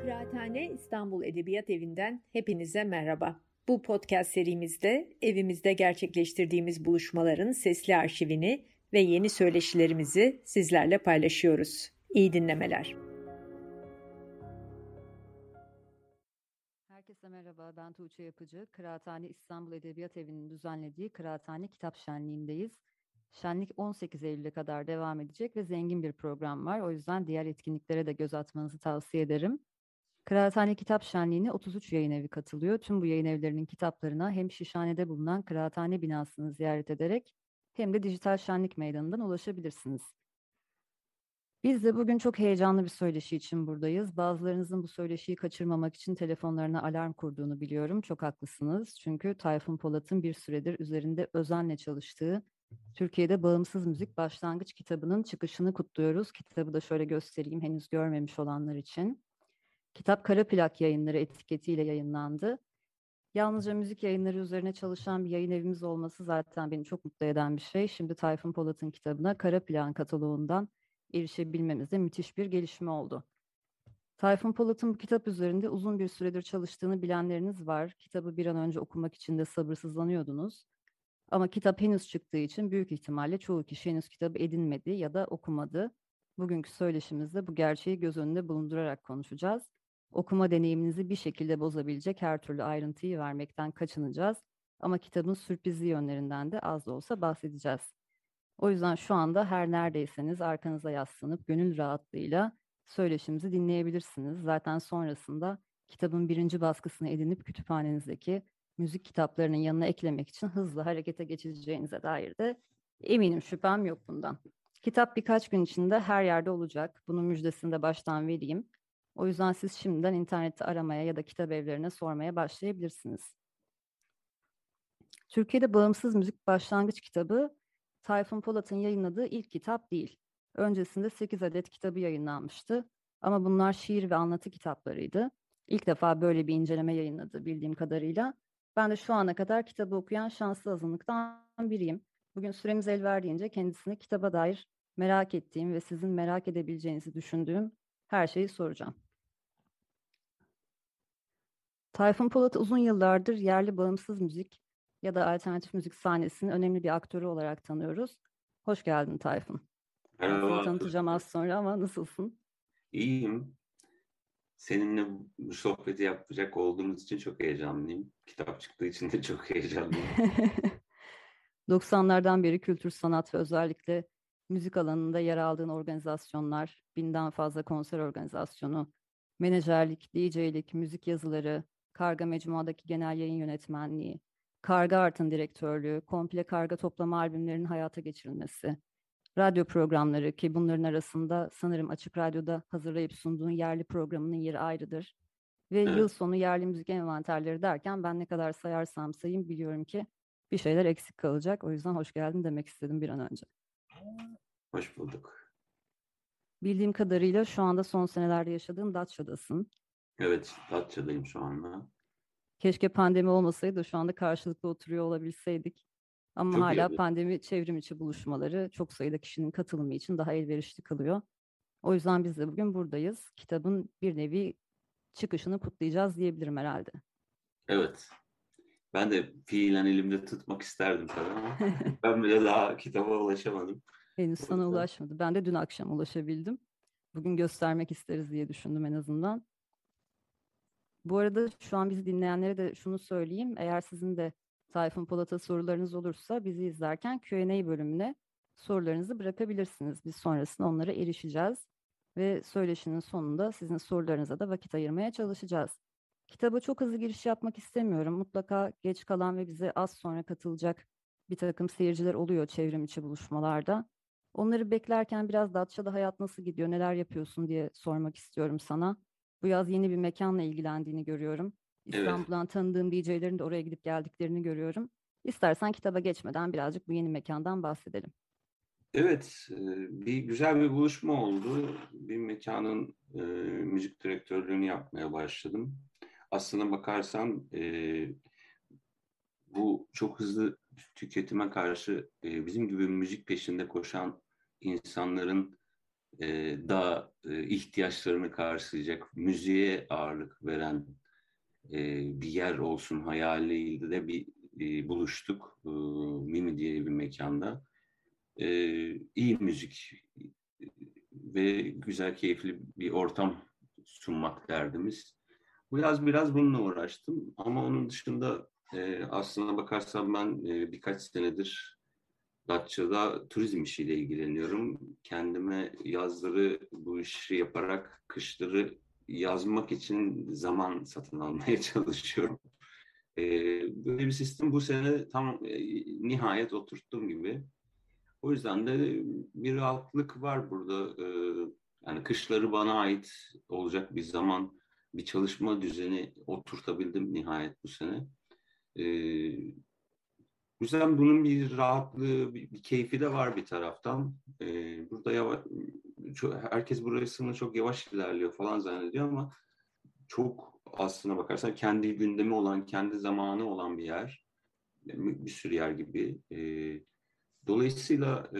Kıraathane İstanbul Edebiyat Evi'nden hepinize merhaba. Bu podcast serimizde evimizde gerçekleştirdiğimiz buluşmaların sesli arşivini ve yeni söyleşilerimizi sizlerle paylaşıyoruz. İyi dinlemeler. Herkese merhaba, ben Tuğçe Yapıcı. Kıraathane İstanbul Edebiyat Evi'nin düzenlediği Kıraathane Kitap Şenliği'ndeyiz. Şenlik 18 Eylül'e kadar devam edecek ve zengin bir program var. O yüzden diğer etkinliklere de göz atmanızı tavsiye ederim. Kıraathane Kitap Şenliği'ne 33 yayın evi katılıyor. Tüm bu yayın evlerinin kitaplarına hem Şişhane'de bulunan Kıraathane binasını ziyaret ederek hem de dijital şenlik meydanından ulaşabilirsiniz. Biz de bugün çok heyecanlı bir söyleşi için buradayız. Bazılarınızın bu söyleşiyi kaçırmamak için telefonlarına alarm kurduğunu biliyorum. Çok haklısınız. Çünkü Tayfun Polat'ın bir süredir üzerinde özenle çalıştığı Türkiye'de Bağımsız Müzik Başlangıç kitabının çıkışını kutluyoruz. Kitabı da şöyle göstereyim henüz görmemiş olanlar için. Kitap Kara Plak Yayınları etiketiyle yayınlandı. Yalnızca müzik yayınları üzerine çalışan bir yayın evimiz olması zaten beni çok mutlu eden bir şey. Şimdi Tayfun Polat'ın kitabına Kara Plan kataloğundan erişebilmemiz de müthiş bir gelişme oldu. Tayfun Polat'ın bu kitap üzerinde uzun bir süredir çalıştığını bilenleriniz var. Kitabı bir an önce okumak için de sabırsızlanıyordunuz. Ama kitap henüz çıktığı için büyük ihtimalle çoğu kişi henüz kitabı edinmedi ya da okumadı. Bugünkü söyleşimizde bu gerçeği göz önünde bulundurarak konuşacağız. Okuma deneyiminizi bir şekilde bozabilecek her türlü ayrıntıyı vermekten kaçınacağız. Ama kitabın sürprizli yönlerinden de az da olsa bahsedeceğiz. O yüzden şu anda her neredeyseniz arkanıza yaslanıp gönül rahatlığıyla söyleşimizi dinleyebilirsiniz. Zaten sonrasında kitabın birinci baskısını edinip kütüphanenizdeki müzik kitaplarının yanına eklemek için hızlı harekete geçeceğinize dair de eminim, şüphem yok bundan. Kitap birkaç gün içinde her yerde olacak. Bunun müjdesini de baştan vereyim. O yüzden siz şimdiden internette aramaya ya da kitap evlerine sormaya başlayabilirsiniz. Türkiye'de Bağımsız Müzik Başlangıç kitabı Tayfun Polat'ın yayınladığı ilk kitap değil. Öncesinde 8 adet kitabı yayınlanmıştı. Ama bunlar şiir ve anlatı kitaplarıydı. İlk defa böyle bir inceleme yayınladı bildiğim kadarıyla. Ben de şu ana kadar kitabı okuyan şanslı azınlıktan biriyim. Bugün süremiz el verdiğince kendisine kitaba dair merak ettiğim ve sizin merak edebileceğinizi düşündüğüm her şeyi soracağım. Tayfun Polat uzun yıllardır yerli bağımsız müzik ya da alternatif müzik sahnesinin önemli bir aktörü olarak tanıyoruz. Hoş geldin Tayfun. Ben seni Merhaba. tanıtacağım az sonra ama nasılsın? İyiyim. Seninle bu sohbeti yapacak olduğumuz için çok heyecanlıyım. Kitap çıktığı için de çok heyecanlıyım. 90'lardan beri kültür, sanat ve özellikle müzik alanında yer aldığın organizasyonlar, binden fazla konser organizasyonu, menajerlik, DJ'lik, müzik yazıları, Karga Mecmua'daki genel yayın yönetmenliği, Karga Art'ın direktörlüğü, komple Karga toplama albümlerinin hayata geçirilmesi, radyo programları ki bunların arasında sanırım Açık Radyo'da hazırlayıp sunduğun yerli programının yeri ayrıdır. Ve yıl Evet, sonu yerli müzik envanterleri derken ben ne kadar sayarsam sayayım biliyorum ki bir şeyler eksik kalacak. O yüzden hoş geldin demek istedim bir an önce. hoş bulduk. Bildiğim kadarıyla şu anda son senelerde yaşadığın Datça'dasın. Evet, Datça'dayım şu anda. Keşke pandemi olmasaydı şu anda karşılıklı oturuyor olabilseydik. Ama Çok iyi hala olur. pandemi çevrim içi buluşmaları çok sayıda kişinin katılımı için daha elverişli kılıyor. O yüzden biz de bugün buradayız. Kitabın bir nevi çıkışını kutlayacağız diyebilirim herhalde. Evet, ben de fiilen elimde tutmak isterdim tabii ama ben bile daha kitaba ulaşamadım. Henüz O sana yüzden ulaşmadı. Ben de dün akşam ulaşabildim. Bugün göstermek isteriz diye düşündüm en azından. Bu arada şu an bizi dinleyenlere de şunu söyleyeyim. Eğer sizin de Tayfun Polat'a sorularınız olursa bizi izlerken Q&A bölümüne sorularınızı bırakabilirsiniz. Biz sonrasında onlara erişeceğiz. Ve söyleşinin sonunda sizin sorularınıza da vakit ayırmaya çalışacağız. Kitaba çok hızlı giriş yapmak istemiyorum. Mutlaka geç kalan ve bize az sonra katılacak bir takım seyirciler oluyor çevrim içi buluşmalarda. Onları beklerken biraz Datça'da hayat nasıl gidiyor, neler yapıyorsun diye sormak istiyorum sana. Bu yaz yeni bir mekanla ilgilendiğini görüyorum. evet. İstanbul'dan tanıdığım DJ'lerin de oraya gidip geldiklerini görüyorum. İstersen kitaba geçmeden birazcık bu yeni mekandan bahsedelim. Evet, bir güzel bir buluşma oldu. Bir mekanın müzik direktörlüğünü yapmaya başladım. Aslına bakarsan bu çok hızlı tüketime karşı bizim gibi müzik peşinde koşan insanların daha ihtiyaçlarını karşılayacak, müziğe ağırlık veren bir yer olsun hayaliyle de buluştuk. Mimi diye bir mekanda. İyi müzik ve güzel, keyifli bir ortam sunmak derdimiz. Bu yaz biraz bununla uğraştım ama onun dışında aslına bakarsam ben birkaç senedir Datça'da turizm işiyle ilgileniyorum. Kendime yazları bu işi yaparak kışları yazmak için zaman satın almaya çalışıyorum. Böyle bir sistem bu sene tam nihayet oturttum gibi. O yüzden de bir rahatlık var burada. Yani kışları bana ait olacak bir zaman, bir çalışma düzeni oturtabildim nihayet bu sene. Ee, Bu yüzden bunun bir rahatlığı, bir keyfi de var bir taraftan. Burada herkes burasını çok yavaş ilerliyor falan zannediyor ama çok aslına bakarsan kendi gündemi olan, kendi zamanı olan bir yer. Bir sürü yer gibi. Dolayısıyla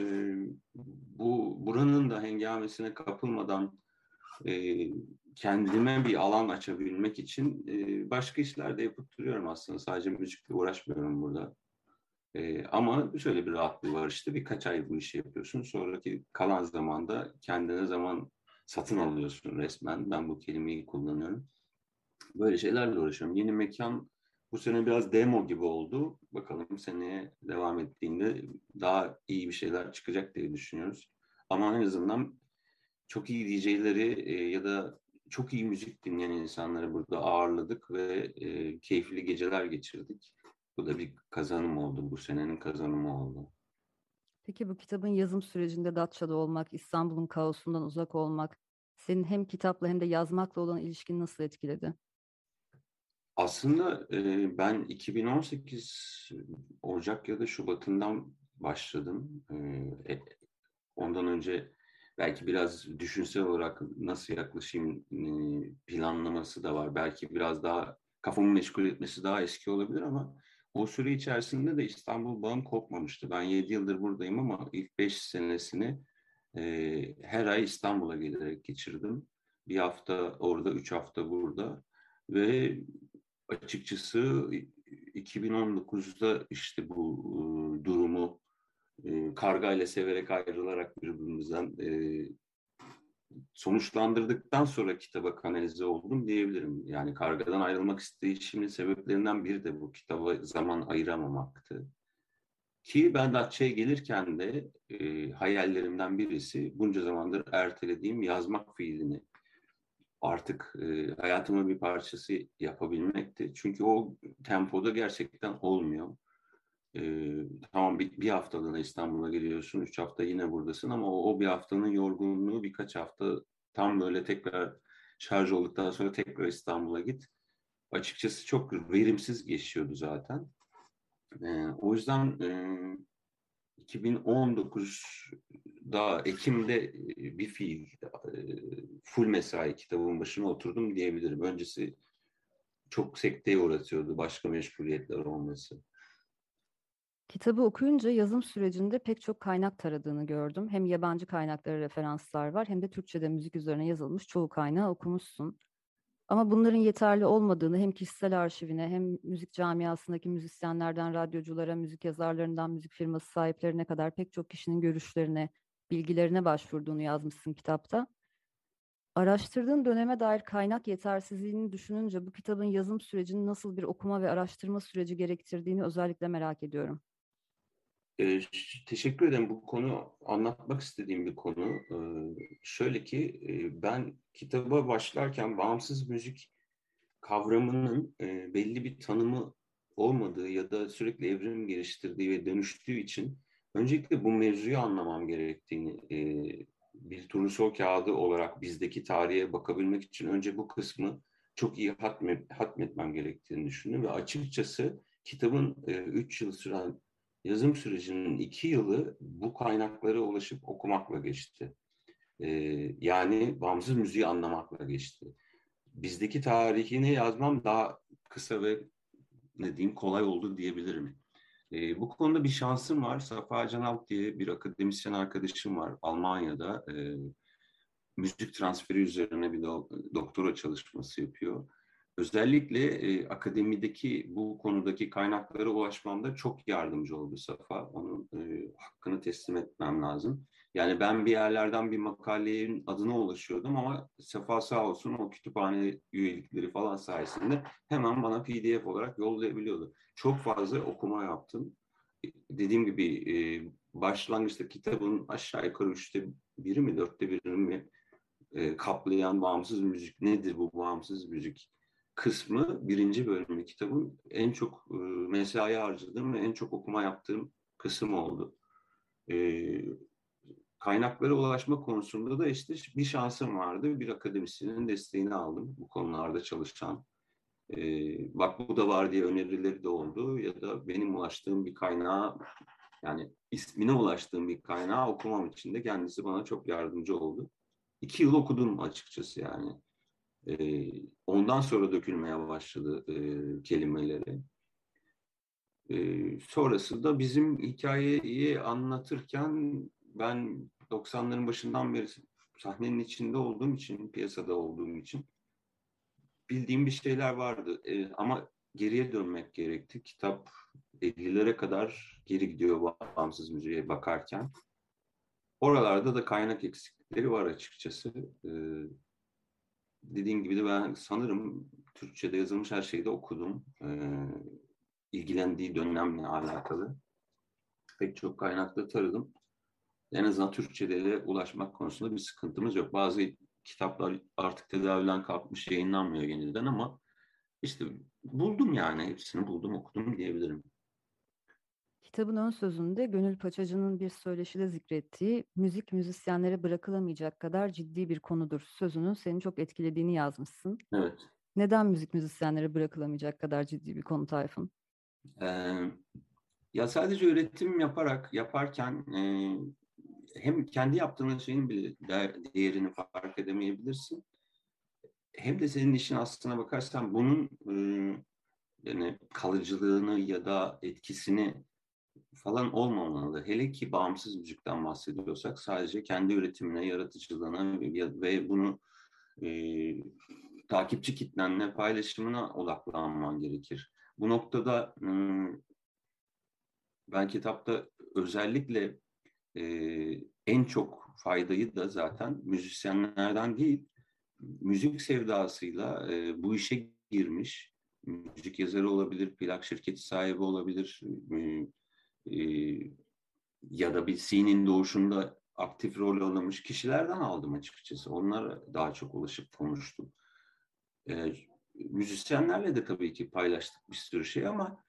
buranın da hengamesine kapılmadan e, kendime bir alan açabilmek için başka işler de yapıp duruyorum aslında. Sadece müzikle uğraşmıyorum burada. Ama şöyle bir rahatlığı var işte birkaç ay bu işi yapıyorsun. Sonraki kalan zamanda kendine zaman satın alıyorsun resmen. Ben bu kelimeyi kullanıyorum. Böyle şeylerle uğraşıyorum. Yeni mekan bu sene biraz demo gibi oldu. Bakalım seneye devam ettiğinde daha iyi bir şeyler çıkacak diye düşünüyoruz. Ama en azından çok iyi DJ'leri ya da çok iyi müzik dinleyen insanları burada ağırladık ve keyifli geceler geçirdik. Bu da bir kazanım oldu. Bu senenin kazanımı oldu. Peki bu kitabın yazım sürecinde Datça'da olmak, İstanbul'un kaosundan uzak olmak, senin hem kitapla hem de yazmakla olan ilişkini nasıl etkiledi? Aslında ben 2018 Ocak ya da Şubat'ından başladım. Ondan önce belki biraz düşünsel olarak nasıl yaklaşayım planlaması da var. Belki biraz daha kafamı meşgul etmesi daha eski olabilir ama o süre içerisinde de İstanbul bağım kopmamıştı. Ben 7 yıldır buradayım ama ilk 5 senesini her ay İstanbul'a gelerek geçirdim. Bir hafta orada, 3 hafta burada ve açıkçası 2019'da işte bu durumu kargayla severek ayrılarak birbirimizden sonuçlandırdıktan sonra kitaba kanalize oldum diyebilirim. Yani kargadan ayrılmak isteyişimin sebeplerinden biri de bu kitaba zaman ayıramamaktı. Ki ben Datça'ya gelirken de hayallerimden birisi bunca zamandır ertelediğim yazmak fiilini artık hayatımın bir parçası yapabilmekti. Çünkü o tempoda gerçekten olmuyor. Tamam bir haftalığına İstanbul'a geliyorsun, 3 hafta yine buradasın ama o bir haftanın yorgunluğu birkaç hafta tam böyle tekrar şarj olduktan sonra tekrar İstanbul'a git. Açıkçası çok verimsiz geçiyordu zaten. O yüzden 2019'da Ekim'de bir fiil full mesai kitabın başına oturdum diyebilirim. Öncesi çok sekteye uğratıyordu başka meşguliyetler olması. Kitabı okuyunca yazım sürecinde pek çok kaynak taradığını gördüm. Hem yabancı kaynaklara referanslar var hem de Türkçe'de müzik üzerine yazılmış çoğu kaynağı okumuşsun. Ama bunların yeterli olmadığını hem kişisel arşivine hem müzik camiasındaki müzisyenlerden radyoculara, müzik yazarlarından müzik firması sahiplerine kadar pek çok kişinin görüşlerine, bilgilerine başvurduğunu yazmışsın kitapta. Araştırdığın döneme dair kaynak yetersizliğini düşününce bu kitabın yazım sürecinin nasıl bir okuma ve araştırma süreci gerektirdiğini özellikle merak ediyorum. Teşekkür ederim. Bu konu anlatmak istediğim bir konu. Şöyle ki ben kitaba başlarken bağımsız müzik kavramının belli bir tanımı olmadığı ya da sürekli evrim geliştirdiği ve dönüştüğü için öncelikle bu mevzuyu anlamam gerektiğini bir turnusol kağıdı olarak bizdeki tarihe bakabilmek için önce bu kısmı çok iyi hatmetmem gerektiğini düşündüm ve açıkçası kitabın 3 yıl süren yazım sürecinin 2 yılı bu kaynaklara ulaşıp okumakla geçti. Yani bağımsız müziği anlamakla geçti. Bizdeki tarihini yazmam daha kısa ve ne diyeyim kolay oldu diyebilirim. Bu konuda bir şansım var. Safa Canalp diye bir akademisyen arkadaşım var Almanya'da. müzik transferi üzerine bir doktora çalışması yapıyor. Özellikle akademideki bu konudaki kaynaklara ulaşmamda çok yardımcı oldu Safa. Onun hakkını teslim etmem lazım. Yani ben bir yerlerden bir makalenin adına ulaşıyordum ama Safa sağ olsun o kütüphane üyelikleri falan sayesinde hemen bana PDF olarak yollayabiliyordu. Çok fazla okuma yaptım. Dediğim gibi başlangıçta kitabın aşağı yukarı 1/3 mi 4/1 mi kaplayan bağımsız müzik nedir bu bağımsız müzik kısmı birinci bölümü kitabın en çok mesai harcadığım ve en çok okuma yaptığım kısım oldu. Kaynaklara ulaşma konusunda da işte bir şansım vardı. Bir akademisyenin desteğini aldım bu konularda çalışan. Bak bu da var diye önerileri de oldu ya da benim ulaştığım bir kaynağa yani ismine ulaştığım bir kaynağı okumam için de kendisi bana çok yardımcı oldu. 2 yıl okudum açıkçası yani. Ondan sonra dökülmeye başladı kelimeleri. Sonrası da bizim hikayeyi anlatırken ben 90'ların başından beri sahnenin içinde olduğum için, piyasada olduğum için bildiğim bir şeyler vardı. Ama geriye dönmek gerekti. Kitap 50'lere kadar geri gidiyor bağımsız müziğe bakarken. Oralarda da kaynak eksiklikleri var açıkçası. Dediğim gibi de ben sanırım Türkçe'de yazılmış her şeyi de okudum. İlgilendiği dönemle alakalı. Pek çok kaynakta taradım. En azından Türkçe'de de ulaşmak konusunda bir sıkıntımız yok. Bazı kitaplar artık tedavülden kalkmış, yayınlanmıyor yeniden ama işte buldum yani. Hepsini buldum, okudum diyebilirim. Kitabın ön sözünde Gönül Paçacı'nın bir söyleşide zikrettiği müzik müzisyenlere bırakılamayacak kadar ciddi bir konudur sözünün seni çok etkilediğini yazmışsın. Evet. Neden müzik müzisyenlere bırakılamayacak kadar ciddi bir konu Tayfun? Ya sadece üretim yaparken hem kendi yaptığın şeyin bile değerini fark edemeyebilirsin. Hem de senin işin aslına bakarsan bunun yani kalıcılığını ya da etkisini falan olmamalı. Hele ki bağımsız müzikten bahsediyorsak sadece kendi üretimine, yaratıcılığına ve bunu e, takipçi kitlenle paylaşımına odaklanman gerekir. Bu noktada ben kitapta özellikle en çok faydayı da zaten müzisyenlerden değil, müzik sevdasıyla bu işe girmiş, müzik yazarı olabilir, plak şirketi sahibi olabilir e, ya da bir scene'in doğuşunda aktif rol oynamış kişilerden aldım açıkçası. Onlara daha çok ulaşıp konuştum. Müzisyenlerle de tabii ki paylaştık bir sürü şey ama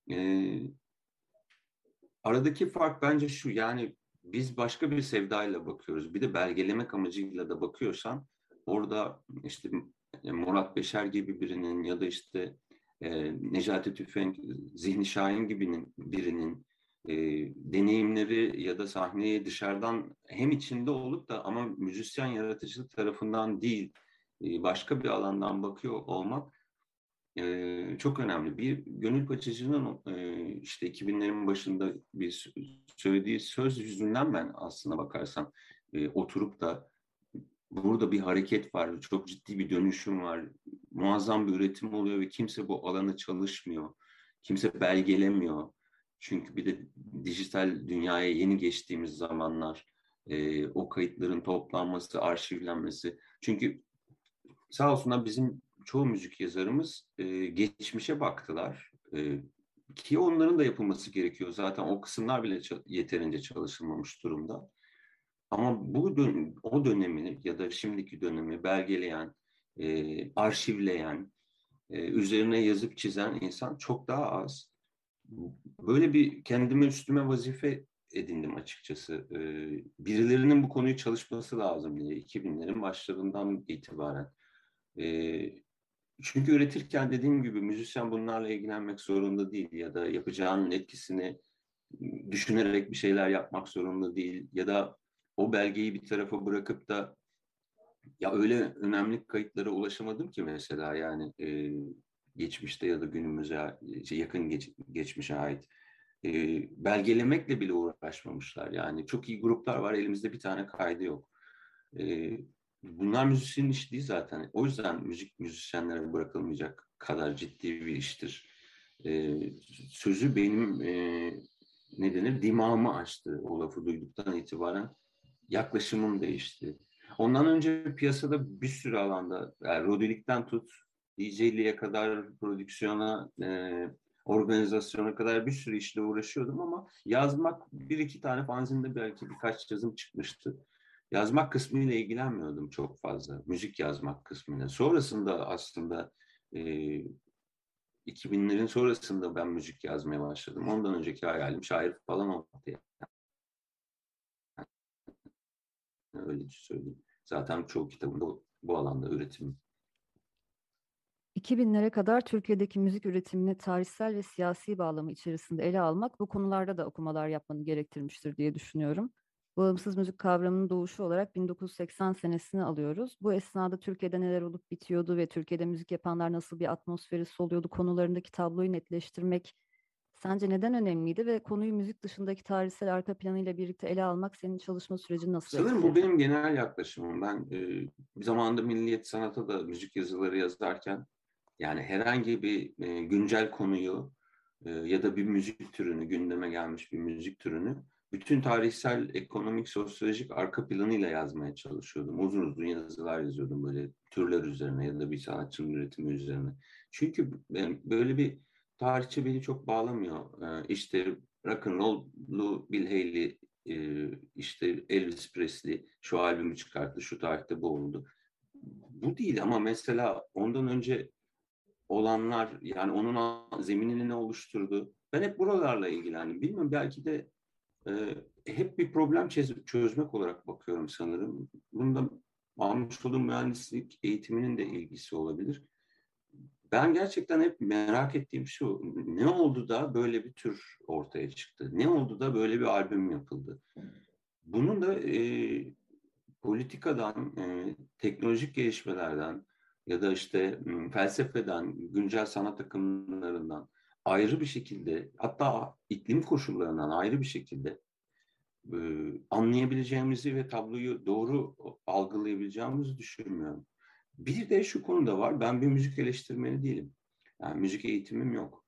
aradaki fark bence şu, yani biz başka bir sevdayla bakıyoruz. Bir de belgelemek amacıyla da bakıyorsan orada işte Murat Beşer gibi birinin ya da işte Necati Tüfenk, Zihni Şahin gibinin birinin deneyimleri ya da sahneye dışarıdan hem içinde olup da ama müzisyen yaratıcılık tarafından değil başka bir alandan bakıyor olmak çok önemli. Bir Gönül Paçacı'nın işte 2000'lerin başında bir söylediği söz yüzünden ben aslına bakarsan oturup da burada bir hareket var, çok ciddi bir dönüşüm var, muazzam bir üretim oluyor ve kimse bu alana çalışmıyor, kimse belgelemiyor. Çünkü bir de dijital dünyaya yeni geçtiğimiz zamanlar o kayıtların toplanması, arşivlenmesi. Çünkü sağ olsunlar bizim çoğu müzik yazarımız geçmişe baktılar. Ki onların da yapılması gerekiyor. Zaten o kısımlar bile yeterince çalışılmamış durumda. Ama o dönemi ya da şimdiki dönemi belgeleyen, arşivleyen, üzerine yazıp çizen insan çok daha az. Böyle bir kendime üstüme vazife edindim açıkçası. Birilerinin bu konuyu çalışması lazım diye 2000'lerin başlarından itibaren. Çünkü üretirken dediğim gibi müzisyen bunlarla ilgilenmek zorunda değil ya da yapacağının etkisini düşünerek bir şeyler yapmak zorunda değil ya da o belgeyi bir tarafa bırakıp da ya öyle önemli kayıtlara ulaşamadım ki mesela yani geçmişte ya da günümüze yakın geçmişe ait belgelemekle bile uğraşmamışlar. Yani çok iyi gruplar var elimizde bir tane kaydı yok. bunlar müzisyenin işi değil zaten. O yüzden müzik müzisyenlere bırakılmayacak kadar ciddi bir iştir. Sözü benim ne denir, dimağımı açtı o lafı duyduktan itibaren. Yaklaşımım değişti. Ondan önce piyasada bir sürü alanda, yani rodillikten tut, DJ'liğe kadar, prodüksiyona, organizasyona kadar bir sürü işle uğraşıyordum ama yazmak, bir iki tane fanzinde belki birkaç yazım çıkmıştı. Yazmak kısmıyla ilgilenmiyordum çok fazla. Müzik yazmak kısmıyla. Sonrasında aslında 2000'lerin sonrasında ben müzik yazmaya başladım. Ondan önceki hayalim şair falan olmadı. Yani. Öyle söyleyeyim. Zaten çoğu kitabımda bu alanda üretim. 2000'lere kadar Türkiye'deki müzik üretimini tarihsel ve siyasi bağlamı içerisinde ele almak bu konularda da okumalar yapmanı gerektirmiştir diye düşünüyorum. Bağımsız müzik kavramının doğuşu olarak 1980 senesini alıyoruz. Bu esnada Türkiye'de neler olup bitiyordu ve Türkiye'de müzik yapanlar nasıl bir atmosferi soluyordu konularındaki tabloyu netleştirmek sence neden önemliydi ve konuyu müzik dışındaki tarihsel arka planıyla birlikte ele almak senin çalışma sürecini nasıl Sanırım bu etkiledi? benim genel yaklaşımım. Ben bir zamanda Milliyet Sanat'a da müzik yazıları yazarken yani herhangi bir güncel konuyu ya da bir müzik türünü, gündeme gelmiş bir müzik türünü bütün tarihsel, ekonomik, sosyolojik arka planıyla yazmaya çalışıyordum. Uzun uzun yazılar yazıyordum böyle türler üzerine ya da bir sanatçının üretimi üzerine. Çünkü böyle bir tarihçi beni çok bağlamıyor. İşte rock'n'roll'lu Bill Haley, işte Elvis Presley şu albümü çıkarttı, şu tarihte bu oldu. Bu değil ama mesela ondan önce olanlar, yani onun zeminini ne oluşturdu? Ben hep buralarla ilgilendim. Bilmiyorum, belki de hep bir problem çözmek olarak bakıyorum sanırım. Bunda almış olduğum mühendislik eğitiminin de ilgisi olabilir. Ben gerçekten hep merak ettiğim şu, ne oldu da böyle bir tür ortaya çıktı? Ne oldu da böyle bir albüm yapıldı? Bunun da politikadan, teknolojik gelişmelerden ya da işte felsefeden, güncel sanat akımlarından ayrı bir şekilde, hatta iklim koşullarından ayrı bir şekilde e, anlayabileceğimizi ve tabloyu doğru algılayabileceğimizi düşünmüyorum. Bir de şu konuda var, ben bir müzik eleştirmeni değilim. Yani müzik eğitimim yok.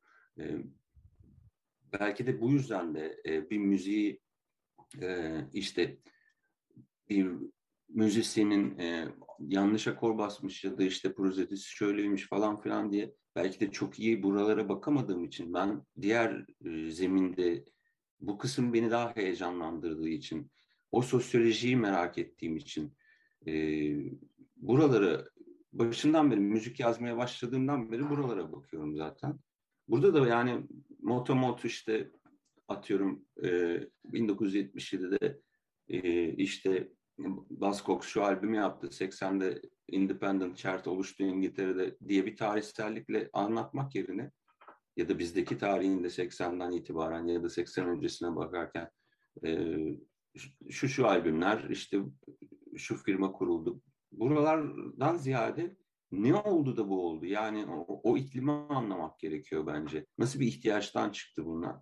Belki de bu yüzden de bir müziği işte bir müzisyenin yanlış akor basmış ya da işte prozetisi şöyleymiş falan filan diye belki de çok iyi buralara bakamadığım için, ben diğer zeminde bu kısım beni daha heyecanlandırdığı için, o sosyolojiyi merak ettiğim için e, buraları başından beri, müzik yazmaya başladığımdan beri buralara bakıyorum zaten. Burada da yani Motomot işte atıyorum 1977'de işte Buzzcocks şu albümü yaptı. 80'de Independent Chart oluştu İngiltere'de diye bir tarihsellikle anlatmak yerine ya da bizdeki tarihinde 80'den itibaren ya da 80 öncesine bakarken e, şu albümler işte şu firma kuruldu. Buralardan ziyade ne oldu da bu oldu? Yani o iklimi anlamak gerekiyor bence. Nasıl bir ihtiyaçtan çıktı bunlar?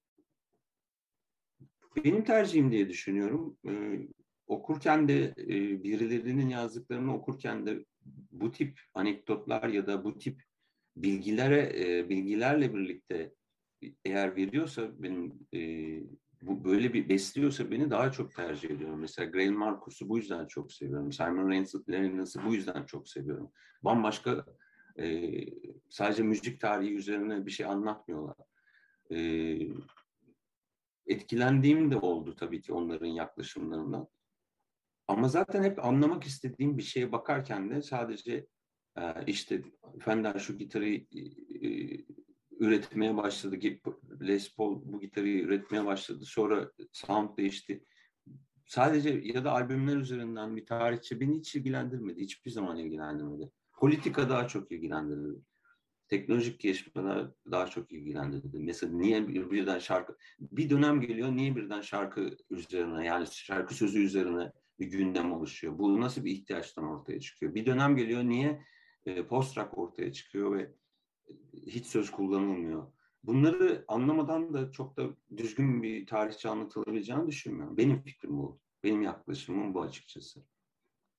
Benim tercihim diye düşünüyorum. Okurken de birilerinin yazdıklarını okurken de bu tip anekdotlar ya da bu tip bilgilerle birlikte eğer veriyorsa benim bu böyle bir besliyorsa beni, daha çok tercih ediyorum. Mesela Grail Marcus'u bu yüzden çok seviyorum. Simon Reynolds'ı bu yüzden çok seviyorum. Bambaşka, sadece müzik tarihi üzerine bir şey anlatmıyorlar. E, Etkilendiğim de oldu tabii ki onların yaklaşımlarından. Ama zaten hep anlamak istediğim bir şeye bakarken de sadece işte Fender şu gitarı üretmeye başladı, Les Paul bu gitarı üretmeye başladı, sonra sound değişti. Sadece ya da albümler üzerinden bir tarihçi beni hiç ilgilendirmedi, hiçbir zaman ilgilendirmedi. Politika daha çok ilgilendirdi. Teknolojik gelişmeler daha çok ilgilendirdi. Mesela niye birden şarkı, bir dönem geliyor, niye birden şarkı üzerine, yani şarkı sözü üzerine bir gündem oluşuyor? Bu nasıl bir ihtiyaçtan ortaya çıkıyor? Bir dönem geliyor, niye post-rock ortaya çıkıyor ve hiç söz kullanılmıyor? Bunları anlamadan da çok da düzgün bir tarihçi anlatılabileceğini düşünmüyorum. Benim fikrim bu. Benim yaklaşımım bu açıkçası.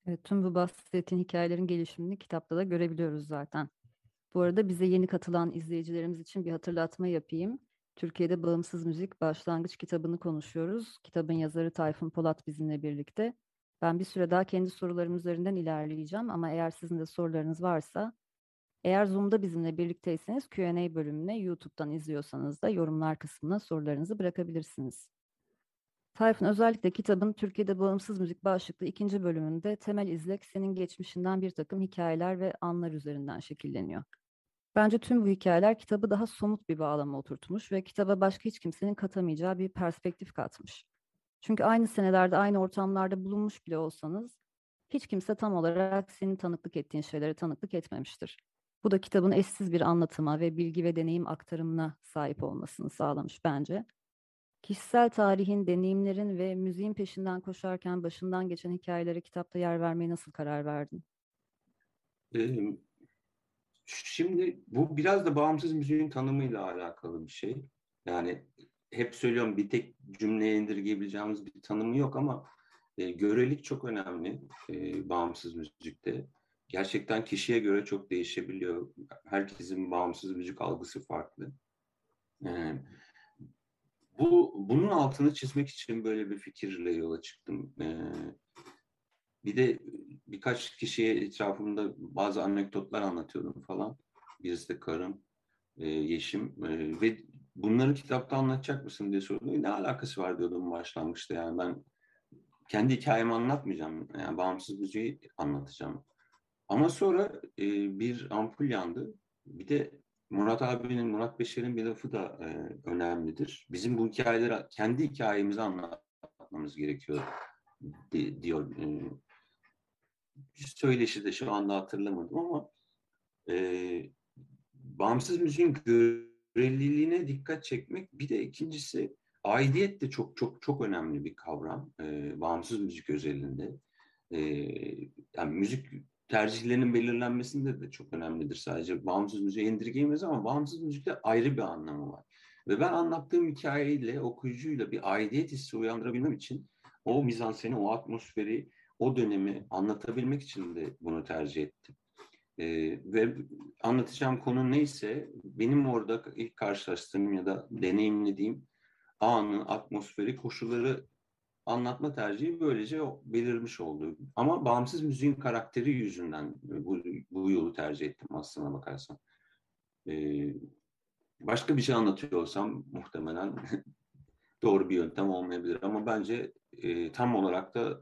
Evet, tüm bu bahsettiğin hikayelerin gelişimini kitapta da görebiliyoruz zaten. Bu arada bize yeni katılan izleyicilerimiz için bir hatırlatma yapayım. Türkiye'de bağımsız müzik başlangıç kitabını konuşuyoruz. Kitabın yazarı Tayfun Polat bizimle birlikte. Ben bir süre daha kendi sorularım üzerinden ilerleyeceğim ama eğer sizin de sorularınız varsa, eğer Zoom'da bizimle birlikteyseniz Q&A bölümüne YouTube'dan izliyorsanız da yorumlar kısmına sorularınızı bırakabilirsiniz. Tayfun özellikle kitabın Türkiye'de bağımsız müzik başlıklı ikinci bölümünde temel izlek senin geçmişinden bir takım hikayeler ve anlar üzerinden şekilleniyor. Bence tüm bu hikayeler kitabı daha somut bir bağlama oturtmuş ve kitaba başka hiç kimsenin katamayacağı bir perspektif katmış. Çünkü aynı senelerde, aynı ortamlarda bulunmuş bile olsanız, hiç kimse tam olarak senin tanıklık ettiğin şeylere tanıklık etmemiştir. Bu da kitabın eşsiz bir anlatıma ve bilgi ve deneyim aktarımına sahip olmasını sağlamış bence. Kişisel tarihin, deneyimlerin ve müziğin peşinden koşarken başından geçen hikayelere kitapta yer vermeye nasıl karar verdin? Ee, Şimdi bu biraz da bağımsız müziğin tanımıyla alakalı bir şey. Yani hep söylüyorum, bir tek cümleye indirgeyebileceğimiz bir tanımı yok ama görelik çok önemli bağımsız müzikte. Gerçekten kişiye göre çok değişebiliyor. Herkesin bağımsız müzik algısı farklı. E, bunun altını çizmek için böyle bir fikirle yola çıktım. Bir de birkaç kişiye etrafımda bazı anekdotlar anlatıyordum falan. Birisi de karım, Yeşim. Ve bunları kitapta anlatacak mısın diye sordu. Ne alakası var diyordum başlangıçta. Yani ben kendi hikayemi anlatmayacağım. Yani bağımsız müziği anlatacağım. Ama sonra bir ampul yandı. Bir de Murat Beşer'in bir lafı da önemlidir. Bizim bu hikayeleri, kendi hikayemizi anlatmamız gerekiyor diyor. Söyleşi de şu anda hatırlamadım ama e, bağımsız müziğin göreliliğine dikkat çekmek. Bir de ikincisi, aidiyet de çok çok çok önemli bir kavram. Bağımsız müzik özelinde. E, Yani müzik tercihlerinin belirlenmesinde de çok önemlidir. Sadece bağımsız müziğe indirgeyemeyiz ama bağımsız müzikte ayrı bir anlamı var. Ve ben anlattığım hikayeyle okuyucuyla bir aidiyet hissi uyandırabilmem için o mizanseni, o atmosferi, o dönemi anlatabilmek için de bunu tercih ettim. Ve anlatacağım konu neyse, benim orada ilk karşılaştığım ya da deneyimlediğim anı, atmosferi, koşulları anlatma tercihi böylece belirmiş oldu. Ama bağımsız müziğin karakteri yüzünden bu yolu tercih ettim aslına bakarsan. Ee, Başka bir şey anlatıyor olsam muhtemelen doğru bir yöntem olmayabilir. Ama bence tam olarak da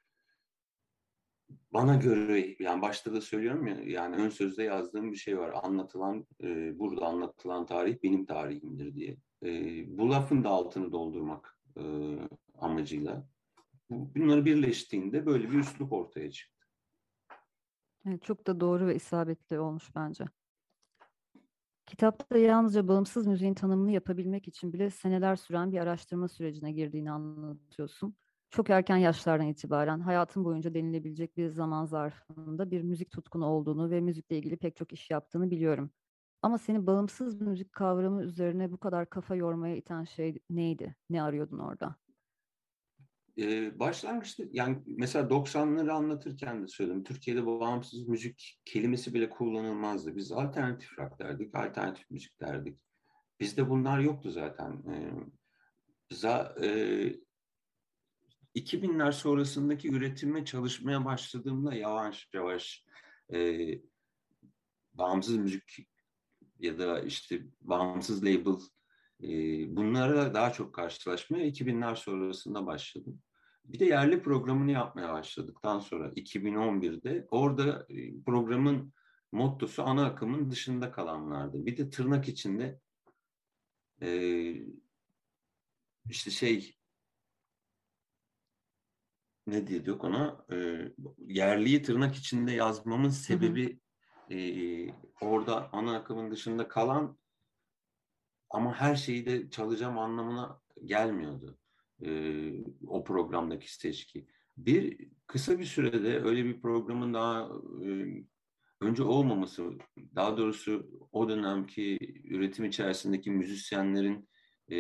bana göre, yani başta da söylüyorum ya, yani ön sözde yazdığım bir şey var. Burada anlatılan tarih benim tarihimdir diye. Bu lafın da altını doldurmak amacıyla. Bunları birleştiğinde böyle bir üslup ortaya çıktı. Evet, çok da doğru ve isabetli olmuş bence. Kitapta yalnızca bağımsız müziğin tanımını yapabilmek için bile seneler süren bir araştırma sürecine girdiğini anlatıyorsun. Çok erken yaşlardan itibaren hayatın boyunca denilebilecek bir zaman zarfında bir müzik tutkunu olduğunu ve müzikle ilgili pek çok iş yaptığını biliyorum. Ama seni bağımsız müzik kavramı üzerine bu kadar kafa yormaya iten şey neydi? Ne arıyordun orada? Başlangıçta, yani mesela 90'ları anlatırken de söyledim. Türkiye'de bağımsız müzik kelimesi bile kullanılmazdı. Biz alternatif rock derdik, alternatif müzik derdik. Bizde bunlar yoktu zaten. 2000'ler sonrasındaki üretime çalışmaya başladığımda yavaş yavaş e, bağımsız müzik ya da işte bağımsız label, bunlara daha çok karşılaşmaya 2000'ler sonrasında başladım. Bir de yerli programını yapmaya başladıktan sonra 2011'de orada programın mottosu ana akımın dışında kalanlardı. Bir de tırnak içinde e, işte ne diyorduk ona, yerliyi tırnak içinde yazmamın Hı hı. sebebi orada ana akımın dışında kalan ama her şeyi de çalacağım anlamına gelmiyordu o programdaki seçki. Kısa bir sürede öyle bir programın daha önce olmaması, daha doğrusu o dönemki üretim içerisindeki müzisyenlerin e,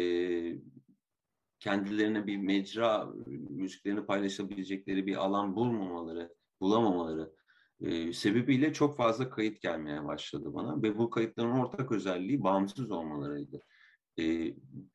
kendilerine bir mecra, müziklerini paylaşabilecekleri bir alan bulmamaları bulamamaları sebebiyle çok fazla kayıt gelmeye başladı bana ve bu kayıtların ortak özelliği bağımsız olmalarıydı. E,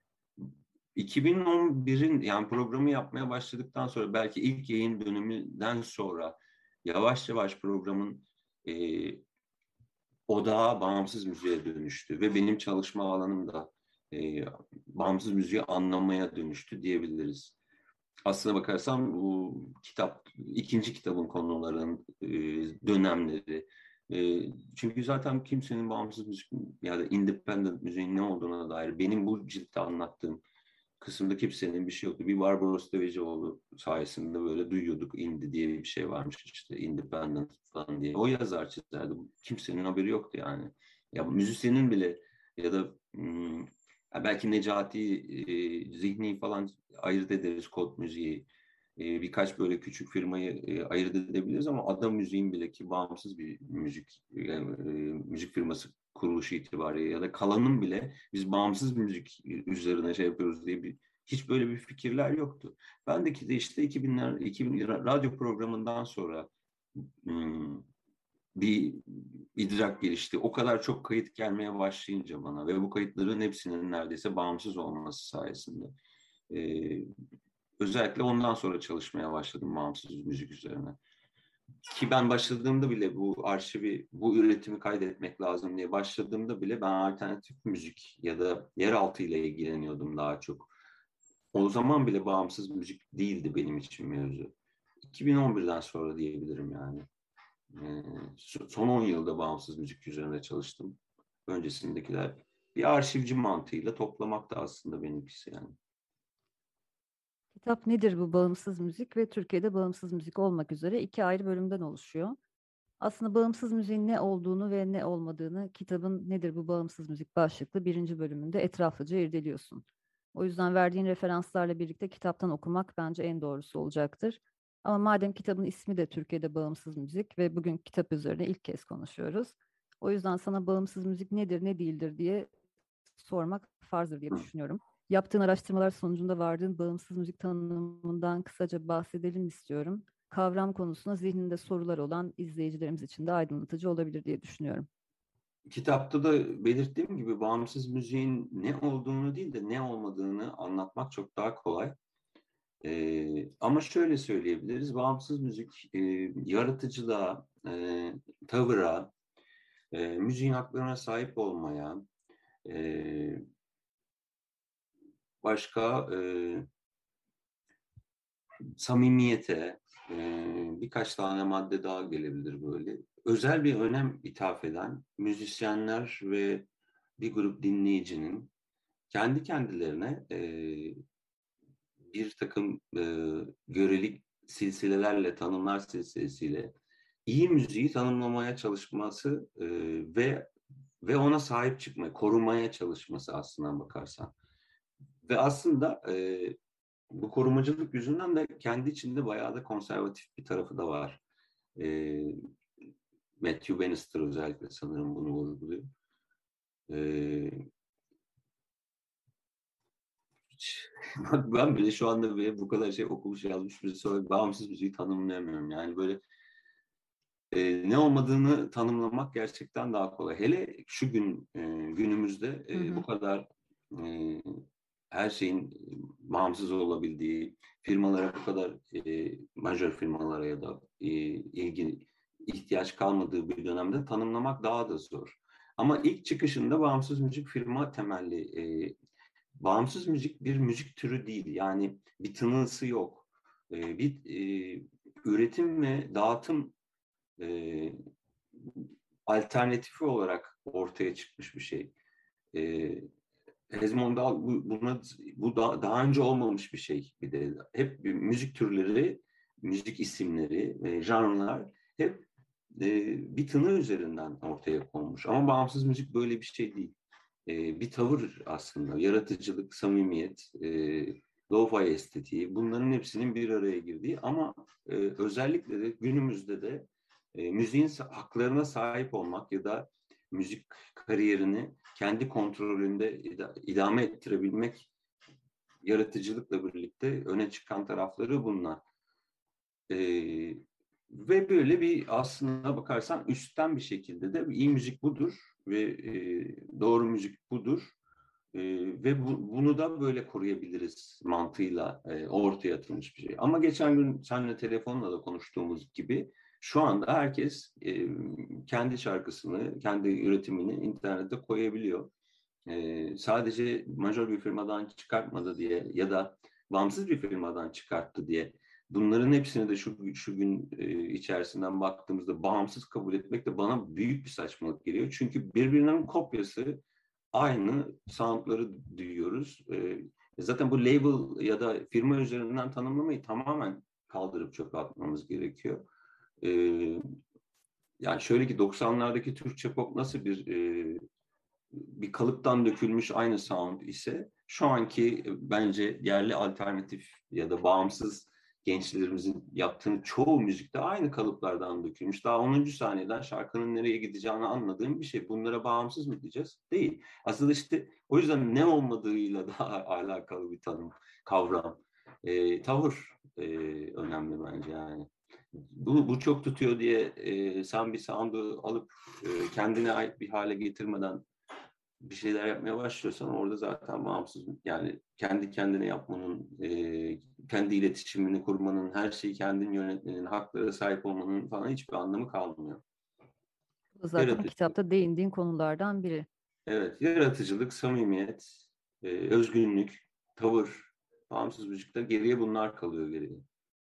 2011'in yani programı yapmaya başladıktan sonra belki ilk yayın döneminden sonra yavaş yavaş programın e, odağı bağımsız müziğe dönüştü ve benim çalışma alanım da bağımsız müziği anlamaya dönüştü diyebiliriz. Aslına bakarsan bu kitap, ikinci kitabın konuların dönemleri. Çünkü zaten kimsenin bağımsız müzik ya da independent müziğin ne olduğuna dair benim bu ciltte anlattığım kısımda kimsenin bir şey yoktu. Bir Barbaros Devecioğlu sayesinde böyle duyuyorduk, indie diye bir şey varmış işte, independent falan diye. O yazar çizerdi. Kimsenin haberi yoktu yani. Ya müzisyenin bile ya da belki Necati Zihni falan ayırt ederiz, kod müziği. Birkaç böyle küçük firmayı ayırt edebiliriz ama Ada Müziğin bile, ki bağımsız bir müzik firması kuruluşu itibariyle, ya da Kalan'ın bile biz bağımsız müzik üzerine şey yapıyoruz diye hiç böyle bir fikirler yoktu. Bendeki de işte 2000 radyo programından sonra bir idrak gelişti. O kadar çok kayıt gelmeye başlayınca bana ve bu kayıtların hepsinin neredeyse bağımsız olması sayesinde özellikle ondan sonra çalışmaya başladım bağımsız müzik üzerine. Ki ben başladığımda bile bu arşivi, bu üretimi kaydetmek lazım diye başladığımda bile ben alternatif müzik ya da yeraltı ile ilgileniyordum daha çok. O zaman bile bağımsız müzik değildi benim için mevzu. 2011'den sonra diyebilirim yani. Son 10 yılda bağımsız müzik üzerine çalıştım. Öncesindekiler bir arşivci mantığıyla toplamak da aslında benimkisi yani. Kitap nedir bu bağımsız müzik ve Türkiye'de bağımsız müzik olmak üzere 2 ayrı bölümden oluşuyor. Aslında bağımsız müziğin ne olduğunu ve ne olmadığını kitabın Nedir bu bağımsız müzik başlıklı 1. bölümünde etraflıca irdeliyorsun. O yüzden verdiğin referanslarla birlikte kitaptan okumak bence en doğrusu olacaktır. Ama madem kitabın ismi de Türkiye'de bağımsız müzik ve bugün kitap üzerine ilk kez konuşuyoruz. O yüzden sana bağımsız müzik nedir, ne değildir diye sormak farzdır diye düşünüyorum. Yaptığın araştırmalar sonucunda vardığın bağımsız müzik tanımından kısaca bahsedelim istiyorum. Kavram konusunda zihninde sorular olan izleyicilerimiz için de aydınlatıcı olabilir diye düşünüyorum. Kitapta da belirttiğim gibi bağımsız müziğin ne olduğunu değil de ne olmadığını anlatmak çok daha kolay. Ama şöyle söyleyebiliriz, bağımsız müzik yaratıcılığa, tavıra, müziğin haklarına sahip olmaya, başka samimiyete, birkaç tane madde daha gelebilir böyle. Özel bir önem ithaf eden müzisyenler ve bir grup dinleyicinin kendi kendilerine bir takım görelik silsilelerle, tanımlar silsilesiyle iyi müziği tanımlamaya çalışması ve ona sahip çıkmaya, korumaya çalışması aslına bakarsan. Ve aslında bu korumacılık yüzünden de kendi içinde bayağı da konservatif bir tarafı da var. Matthew Bannister özellikle sanırım bunu vurguluyor. Ben bile şu anda bile bu kadar şey okumuş yazmış birisi olarak bağımsız müziği tanımlayamıyorum. Yani böyle ne olmadığını tanımlamak gerçekten daha kolay. Hele şu günümüzde bu kadar her şeyin bağımsız olabildiği, firmalara bu kadar majör firmalara ya da ihtiyaç kalmadığı bir dönemde tanımlamak daha da zor. Ama ilk çıkışında bağımsız müzik firma temelli. Bağımsız müzik bir müzik türü değil. Yani bir tınısı yok. Bir üretim ve dağıtım alternatifi olarak ortaya çıkmış bir şey. Hezmondal bu daha önce olmamış bir şey. Bir de hep müzik türleri, müzik isimleri ve janrlar hep bir tını üzerinden ortaya konmuş. Ama bağımsız müzik böyle bir şey değil. Bir tavır aslında. Yaratıcılık, samimiyet, lo-fi estetiği, bunların hepsinin bir araya girdiği ama özellikle de günümüzde de müziğin haklarına sahip olmak ya da müzik kariyerini kendi kontrolünde idame ettirebilmek, yaratıcılıkla birlikte öne çıkan tarafları bunlar. Ve böyle bir aslına bakarsan üstten bir şekilde de iyi müzik budur ve doğru müzik budur. Ve bunu da böyle koruyabiliriz mantığıyla ortaya atılmış bir şey. Ama geçen gün seninle telefonla da konuştuğumuz gibi şu anda herkes kendi şarkısını, kendi üretimini internete koyabiliyor. Sadece major bir firmadan çıkartmadı diye ya da bağımsız bir firmadan çıkarttı diye bunların hepsini de şu gün içerisinden baktığımızda bağımsız kabul etmek de bana büyük bir saçmalık geliyor. Çünkü birbirinin kopyası, aynı soundları duyuyoruz. Zaten bu label ya da firma üzerinden tanımlamayı tamamen kaldırıp çöpe atmamız gerekiyor. Yani şöyle ki 90'lardaki Türkçe pop nasıl bir kalıptan dökülmüş aynı sound ise şu anki bence yerli alternatif ya da bağımsız gençlerimizin yaptığı çoğu müzikte aynı kalıplardan dökülmüş. Daha 10. saniyeden şarkının nereye gideceğini anladığım bir şey. Bunlara bağımsız mı diyeceğiz? Değil. Aslında işte o yüzden ne olmadığıyla da alakalı bir kavram. Tavır önemli bence yani. Bu çok tutuyor diye sen bir sound'u alıp kendine ait bir hale getirmeden bir şeyler yapmaya başlıyorsan orada zaten bağımsız, yani kendi kendine yapmanın, kendi iletişimini kurmanın, her şeyi kendin yönetmenin, haklara sahip olmanın falan hiçbir anlamı kalmıyor. Bu zaten Yaratıcı, kitapta değindiğin konulardan biri. evet, yaratıcılık, samimiyet, özgünlük, tavır, bağımsız müzikte geriye bunlar kalıyor geriye.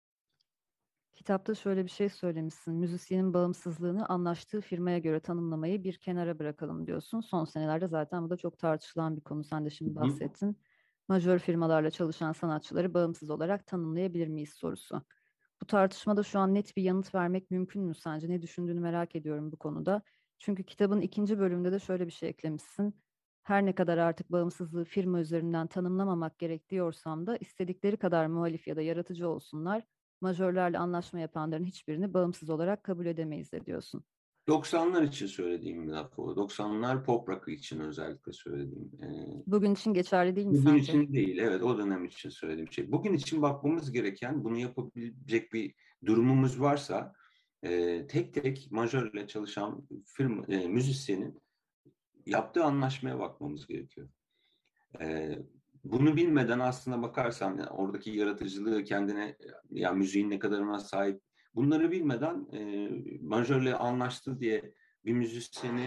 Kitapta şöyle bir şey söylemişsin. Müzisyenin bağımsızlığını anlaştığı firmaya göre tanımlamayı bir kenara bırakalım diyorsun. Son senelerde zaten bu da çok tartışılan bir konu. Sen de şimdi Hı hı. bahsettin. Majör firmalarla çalışan sanatçıları bağımsız olarak tanımlayabilir miyiz sorusu. Bu tartışmada şu an net bir yanıt vermek mümkün mü sence? Ne düşündüğünü merak ediyorum bu konuda. Çünkü kitabın ikinci bölümünde de şöyle bir şey eklemişsin. Her ne kadar artık bağımsızlığı firma üzerinden tanımlamamak gerek diyorsam da istedikleri kadar muhalif ya da yaratıcı olsunlar, majörlerle anlaşma yapanların hiçbirini bağımsız olarak kabul edemeyiz de diyorsun. 90'lar için söylediğim bir laf o. 90'lar pop rock için özellikle söylediğim. Bugün için geçerli değil mi Bugün sence? için değil, evet, o dönem için söylediğim şey. Bugün için bakmamız gereken, bunu yapabilecek bir durumumuz varsa tek tek majörle çalışan müzisyenin yaptığı anlaşmaya bakmamız gerekiyor. E, Bunu bilmeden aslına bakarsan yani oradaki yaratıcılığı kendine, yani müziğin ne kadarına sahip, bunları bilmeden majörle anlaştı diye bir müzisyeni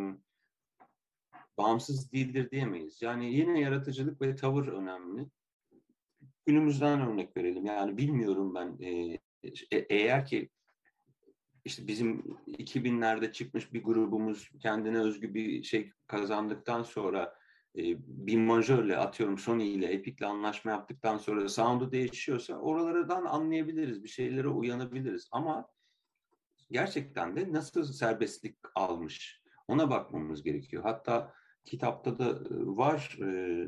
bağımsız değildir diyemeyiz. Yani yine yaratıcılık ve tavır önemli. Günümüzden örnek verelim. Yani bilmiyorum ben, eğer ki işte bizim 2000'lerde çıkmış bir grubumuz kendine özgü bir şey kazandıktan sonra bir majörle, atıyorum Sony ile, Epic'le anlaşma yaptıktan sonra sound'u değişiyorsa oralardan anlayabiliriz, bir şeylere uyanabiliriz. Ama gerçekten de nasıl serbestlik almış ona bakmamız gerekiyor. Hatta kitapta da var,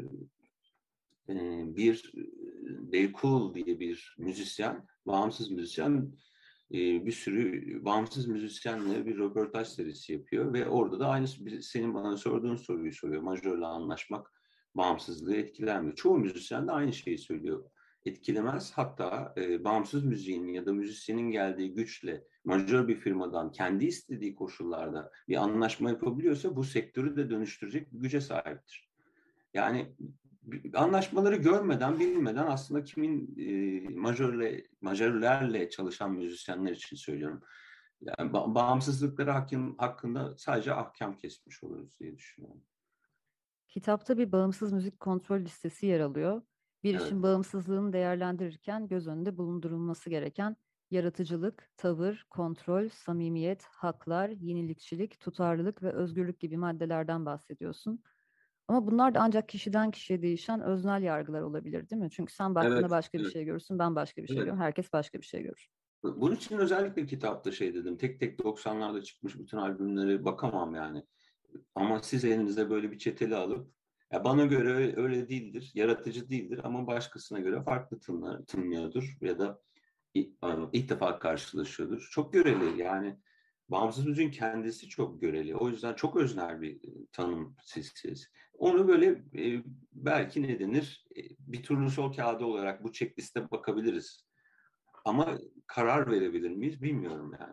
bir Dave Cool diye bir müzisyen, bağımsız müzisyen, bir sürü bağımsız müzisyenle bir röportaj serisi yapıyor ve orada da aynı senin bana sorduğun soruyu soruyor. Majörle anlaşmak bağımsızlığı etkiler mi? Çoğu müzisyen de aynı şeyi söylüyor. Etkilemez. Hatta bağımsız müziğin ya da müzisyenin geldiği güçle majör bir firmadan kendi istediği koşullarda bir anlaşma yapabiliyorsa bu sektörü de dönüştürecek bir güce sahiptir. Yani anlaşmaları görmeden, bilmeden aslında kimin majörlerle çalışan müzisyenler için söylüyorum. Yani bağımsızlıkları hakkında sadece ahkam kesmiş oluruz diye düşünüyorum. Kitapta bir bağımsız müzik kontrol listesi yer alıyor. Bir Evet. işin bağımsızlığını değerlendirirken göz önünde bulundurulması gereken yaratıcılık, tavır, kontrol, samimiyet, haklar, yenilikçilik, tutarlılık ve özgürlük gibi maddelerden bahsediyorsun. Ama bunlar da ancak kişiden kişiye değişen öznel yargılar olabilir, değil mi? Çünkü sen baktığında Evet, başka bir evet, şey görürsün, ben başka bir şey evet. görürüm, herkes başka bir şey görür. Bunun için özellikle kitapta şey dedim, tek tek 90'larda çıkmış bütün albümlere bakamam yani. Ama siz elinize böyle bir çeteli alıp, ya bana göre öyle değildir, yaratıcı değildir ama başkasına göre farklı tınlıyordur ya da ilk defa karşılaşıyordur. Çok göreli yani, bağımsız müziğin kendisi çok göreli. O yüzden çok öznel bir tanım siz. Onu böyle belki ne denir, bir turnusol kağıdı olarak bu checkliste bakabiliriz. Ama karar verebilir miyiz bilmiyorum yani.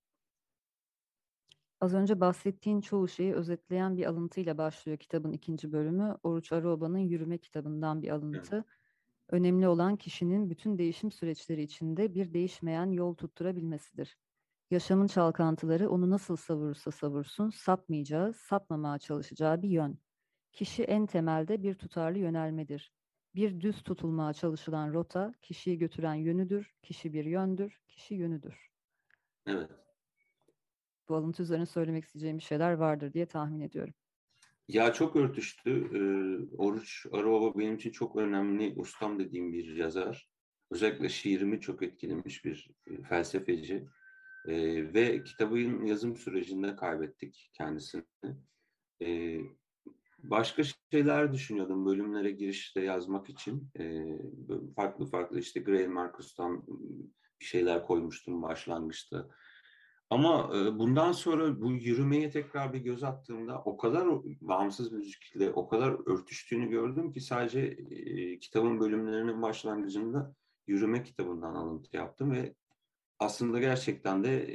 Az önce bahsettiğin çoğu şeyi özetleyen bir alıntıyla başlıyor kitabın ikinci bölümü. Oruç Aroba'nın Yürüme kitabından bir Evet. alıntı. Önemli olan kişinin bütün değişim süreçleri içinde bir değişmeyen yol tutturabilmesidir. Yaşamın çalkantıları onu nasıl savurursa savursun, sapmayacağı, sapmamaya çalışacağı bir yön. Kişi en temelde bir tutarlı yönelmedir. Bir düz tutulmaya çalışılan rota, kişiyi götüren yönüdür, kişi bir yöndür, kişi yönüdür. Evet. Bu alıntı üzerine söylemek isteyeceğim bir şeyler vardır diye tahmin ediyorum. Ya çok örtüştü. Oruç Arababa benim için çok önemli, ustam dediğim bir yazar. Özellikle şiirimi çok etkilemiş bir felsefeci. Ve kitabın yazım sürecinde kaybettik kendisini. Ee, Başka şeyler düşünüyordum bölümlere girişte yazmak için. Farklı farklı işte Grail Marcus'tan bir şeyler koymuştum başlangıçta. Ama bundan sonra bu yürümeye tekrar bir göz attığımda o kadar bağımsız müzikle o kadar örtüştüğünü gördüm ki sadece kitabın bölümlerinin başlangıcında Yürüme kitabından alıntı yaptım ve aslında gerçekten de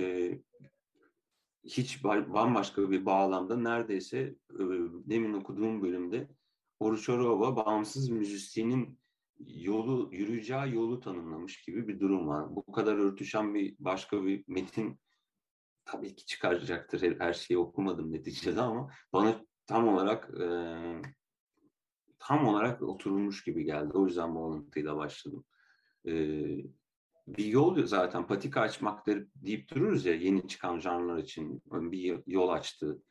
hiç bambaşka bir bağlamda neredeyse demin okuduğum bölümde Oruç Araba bağımsız müzisyenin yürüyeceği yolu tanımlamış gibi bir durum var. Bu kadar örtüşen bir başka bir metin tabii ki çıkaracaktır. Her şeyi okumadım neticede ama bana tam olarak oturulmuş gibi geldi. O yüzden bu alıntıyla başladım. E, Bir yol zaten patika açmaktır deyip dururuz ya yeni çıkan janrlar için bir yol açtı.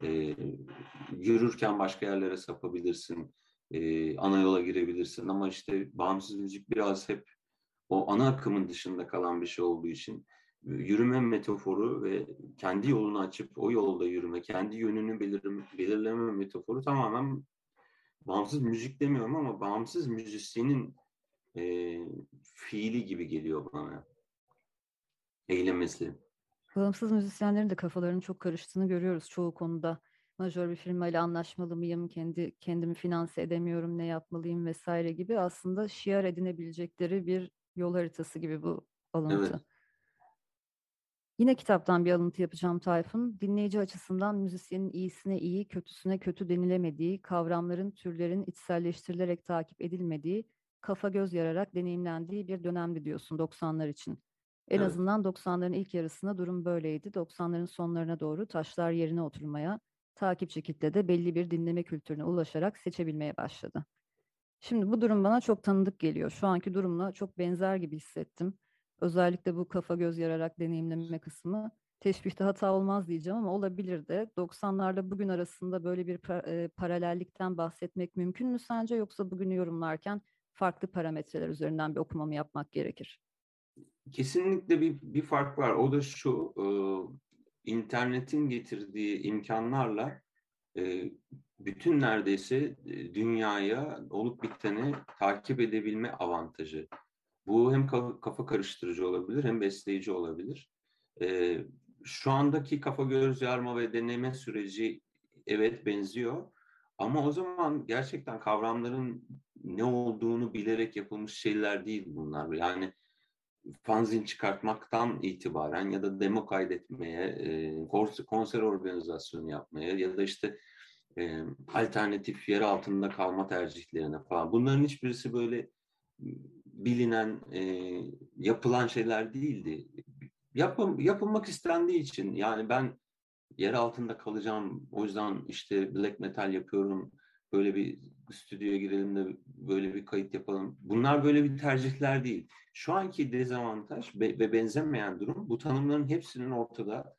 Yürürken başka yerlere sapabilirsin, ana yola girebilirsin ama işte bağımsız müzik biraz hep o ana akımın dışında kalan bir şey olduğu için yürüme metaforu ve kendi yolunu açıp o yolda yürüme, kendi yönünü belirleme metaforu tamamen bağımsız müzik demiyorum ama bağımsız müzisyenin e, fiili gibi geliyor bana. Eylemesi. Bağımsız müzisyenlerin de kafalarının çok karıştığını görüyoruz çoğu konuda. Majör bir firmayla anlaşmalı mıyım, kendimi finanse edemiyorum, ne yapmalıyım vesaire gibi aslında şiar edinebilecekleri bir yol haritası gibi bu Evet, alıntı. Yine kitaptan bir alıntı yapacağım Tayfun. Dinleyici açısından müzisyenin iyisine iyi, kötüsüne kötü denilemediği, kavramların, türlerin içselleştirilerek takip edilmediği, kafa göz yararak deneyimlendiği bir dönemdi diyorsun 90'lar için. En evet. azından 90'ların ilk yarısında durum böyleydi. 90'ların sonlarına doğru taşlar yerine oturmaya, takipçi kitle de belli bir dinleme kültürüne ulaşarak seçebilmeye başladı. Şimdi bu durum bana çok tanıdık geliyor. Şu anki durumla çok benzer gibi hissettim. Özellikle bu kafa göz yararak deneyimleme kısmı. Teşbihte hata olmaz diyeceğim ama olabilir de. 90'larla bugün arasında böyle bir paralellikten bahsetmek mümkün mü sence? Yoksa bugünü yorumlarken farklı parametreler üzerinden bir okumamı yapmak gerekir? Kesinlikle bir fark var. O da şu, internetin getirdiği imkanlarla bütün neredeyse dünyaya olup biteni takip edebilme avantajı. Bu hem kafa karıştırıcı olabilir hem besleyici olabilir. E, Şu andaki kafa göz yarma ve deneme süreci evet benziyor. Ama o zaman gerçekten kavramların ne olduğunu bilerek yapılmış şeyler değil bunlar. Yani fanzin çıkartmaktan itibaren ya da demo kaydetmeye, konser organizasyonu yapmaya ya da işte alternatif yer altında kalma tercihlerine falan. Bunların hiçbirisi böyle bilinen, yapılan şeyler değildi. Yapılmak istendiği için yani ben yer altında kalacağım. O yüzden işte black metal yapıyorum. Böyle bir stüdyoya girelim de böyle bir kayıt yapalım. Bunlar böyle bir tercihler değil. Şu anki dezavantaj ve benzemeyen durum bu tanımların hepsinin ortada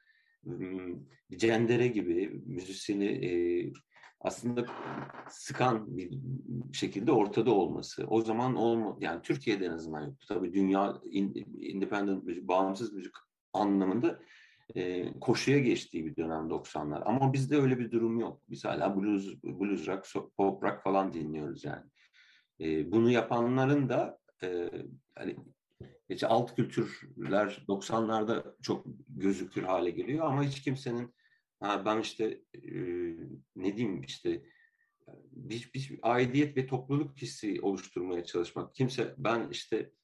cendere gibi müzisyeni aslında sıkan bir şekilde ortada olması. O zaman yani Türkiye'de en azından yoktu. Tabii dünya independent müzik, bağımsız müzik anlamında koşuya geçtiği bir dönem 90'lar. Ama bizde öyle bir durum yok. Biz hala blues rock, pop rock falan dinliyoruz yani. Bunu yapanların da hani alt kültürler 90'larda çok gözükür hale geliyor ama hiç kimsenin ben işte ne diyeyim işte bir aidiyet ve topluluk hissi oluşturmaya çalışmak. Ben işte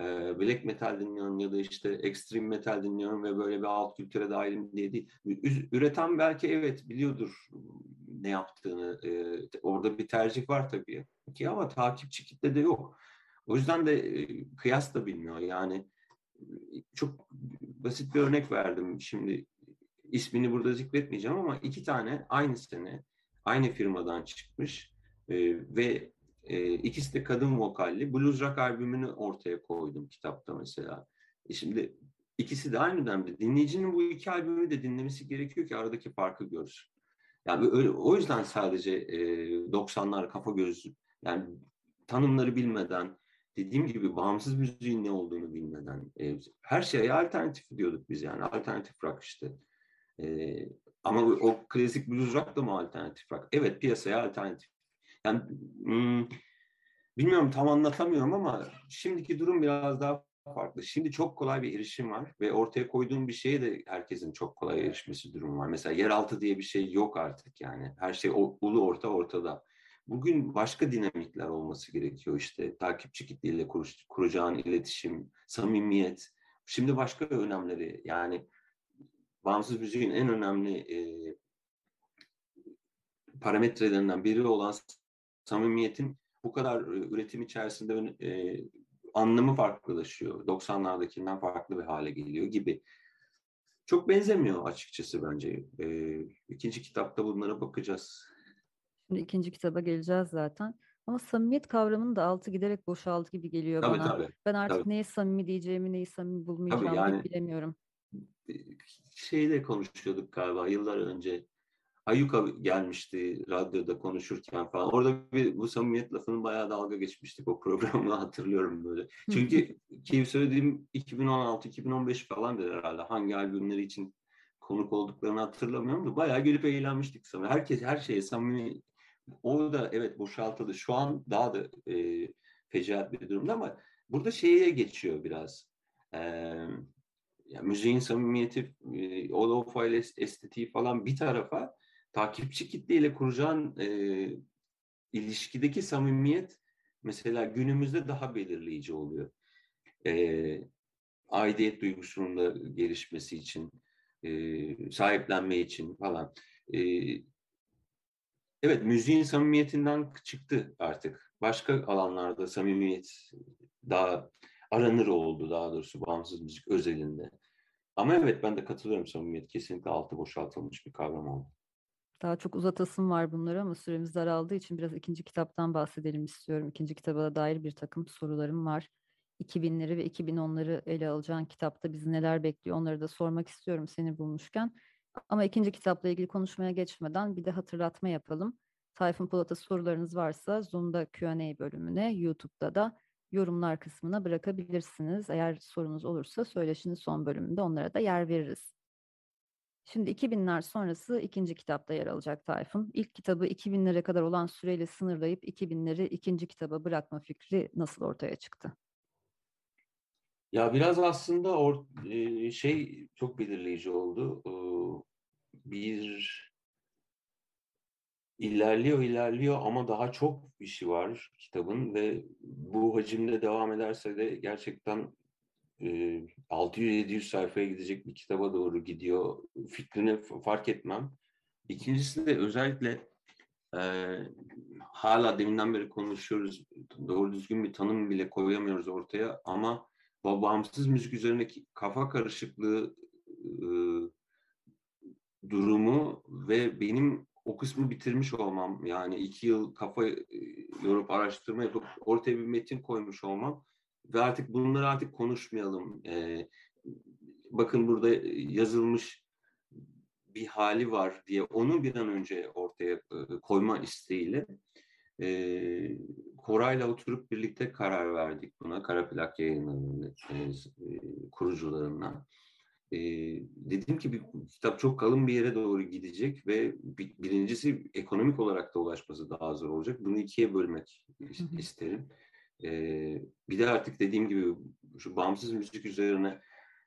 black metal dinliyorum ya da işte extreme metal dinliyorum ve böyle bir alt kültüre dahilim diye değil. Üreten belki evet biliyordur ne yaptığını. Orada bir tercih var tabii ki ama takipçi kitle de yok. O yüzden de kıyas da bilmiyor. Yani çok basit bir örnek verdim. Şimdi ismini burada zikretmeyeceğim ama 2 tane aynı sene aynı firmadan çıkmış ve ikisi de kadın vokalli blues rock albümünü ortaya koydum kitapta mesela. Şimdi ikisi de aynı dönemde. Dinleyicinin bu 2 albümü de dinlemesi gerekiyor ki aradaki farkı görsün. Yani öyle, o yüzden sadece 90'lar kafa göz, yani tanımları bilmeden, dediğim gibi bağımsız müziğin ne olduğunu bilmeden her şeye alternatif diyorduk biz, yani alternatif rock işte. E, Ama o klasik blues rock da mı alternatif rock? Evet, piyasaya alternatif. Yani bilmiyorum, tam anlatamıyorum ama şimdiki durum biraz daha farklı. Şimdi çok kolay bir erişim var ve ortaya koyduğum bir şeye de herkesin çok kolay erişmesi durumu var. Mesela yeraltı diye bir şey yok artık yani. Her şey ulu orta ortada. Bugün başka dinamikler olması gerekiyor işte. Takipçi kitleyle kuracağın iletişim, samimiyet. Şimdi başka önemleri, yani bağımsız müziğin en önemli parametrelerinden biri olan samimiyetin bu kadar üretim içerisinde anlamı farklılaşıyor. 90'lardakinden farklı bir hale geliyor gibi. Çok benzemiyor açıkçası bence. İkinci kitapta bunlara bakacağız. Şimdi ikinci kitaba geleceğiz zaten. Ama samimiyet kavramının da altı giderek boşaldı gibi geliyor Tabii bana. tabii. Ben artık Tabii, neyi samimi diyeceğimi, neyi samimi tabii bulmayacağımı pek yani bilemiyorum. şeyle konuşuyorduk galiba yıllar önce. Ayuka gelmişti radyoda konuşurken falan. Orada bu samimiyet lafının bayağı dalga geçmiştik, o programı hatırlıyorum böyle. Çünkü ki söylediğim 2016-2015 falandır herhalde. Hangi albümleri için konuk olduklarını hatırlamıyorum da bayağı gülüp eğlenmiştik sana. Herkes her şeye samimi. O da evet boşaltıldı. Şu an daha da fecaat bir durumda ama burada şeye geçiyor biraz. Yani müziğin samimiyeti, o lo-fi estetiği falan bir tarafa, takipçi kitleyle kuracağın ilişkideki samimiyet mesela günümüzde daha belirleyici oluyor. Aidiyet duygusunun da gelişmesi için, sahiplenme için falan. E, evet, müziğin samimiyetinden çıktı artık. Başka alanlarda samimiyet daha aranır oldu, daha doğrusu bağımsız müzik özelinde. Ama evet, ben de katılıyorum, samimiyet kesinlikle altı boşaltılmış bir kavram oldu. Daha çok uzatasım var bunları ama süremiz daraldığı için biraz ikinci kitaptan bahsedelim istiyorum. İkinci kitaba dair bir takım sorularım var. 2000'leri ve 2010'ları ele alacağın kitapta bizi neler bekliyor onları da sormak istiyorum seni bulmuşken. Ama ikinci kitapla ilgili konuşmaya geçmeden bir de hatırlatma yapalım. Tayfun Polat'a sorularınız varsa Zoom'da Q&A bölümüne, YouTube'da da yorumlar kısmına bırakabilirsiniz. Eğer sorunuz olursa söyleşinin son bölümünde onlara da yer veririz. Şimdi 2000'ler sonrası ikinci kitapta yer alacak Tayfun. İlk kitabı 2000'lere kadar olan süreyle sınırlayıp 2000'leri ikinci kitaba bırakma fikri nasıl ortaya çıktı? Ya biraz aslında şey çok belirleyici oldu. Bir ilerliyor ama daha çok işi var kitabın ve bu hacimde devam ederse de gerçekten 600-700 sayfaya gidecek bir kitaba doğru gidiyor. Fikrini fark etmem. İkincisi de özellikle hala deminden beri konuşuyoruz. Doğru düzgün bir tanım bile koyamıyoruz ortaya ama bağımsız müzik üzerindeki kafa karışıklığı e, durumu ve benim o kısmı bitirmiş olmam, yani 2 yıl kafa yorup araştırma yapıp ortaya bir metin koymuş olmam ve artık bunları artık konuşmayalım. Bakın burada yazılmış bir hali var diye onu bir an önce ortaya koyma isteğiyle Koray'la oturup birlikte karar verdik buna. Kara Plak Yayınları'nın kurucularından. Dedim ki bu kitap çok kalın bir yere doğru gidecek ve birincisi ekonomik olarak da ulaşması daha zor olacak. Bunu 2'ye bölmek isterim. Bir de artık dediğim gibi şu bağımsız müzik üzerine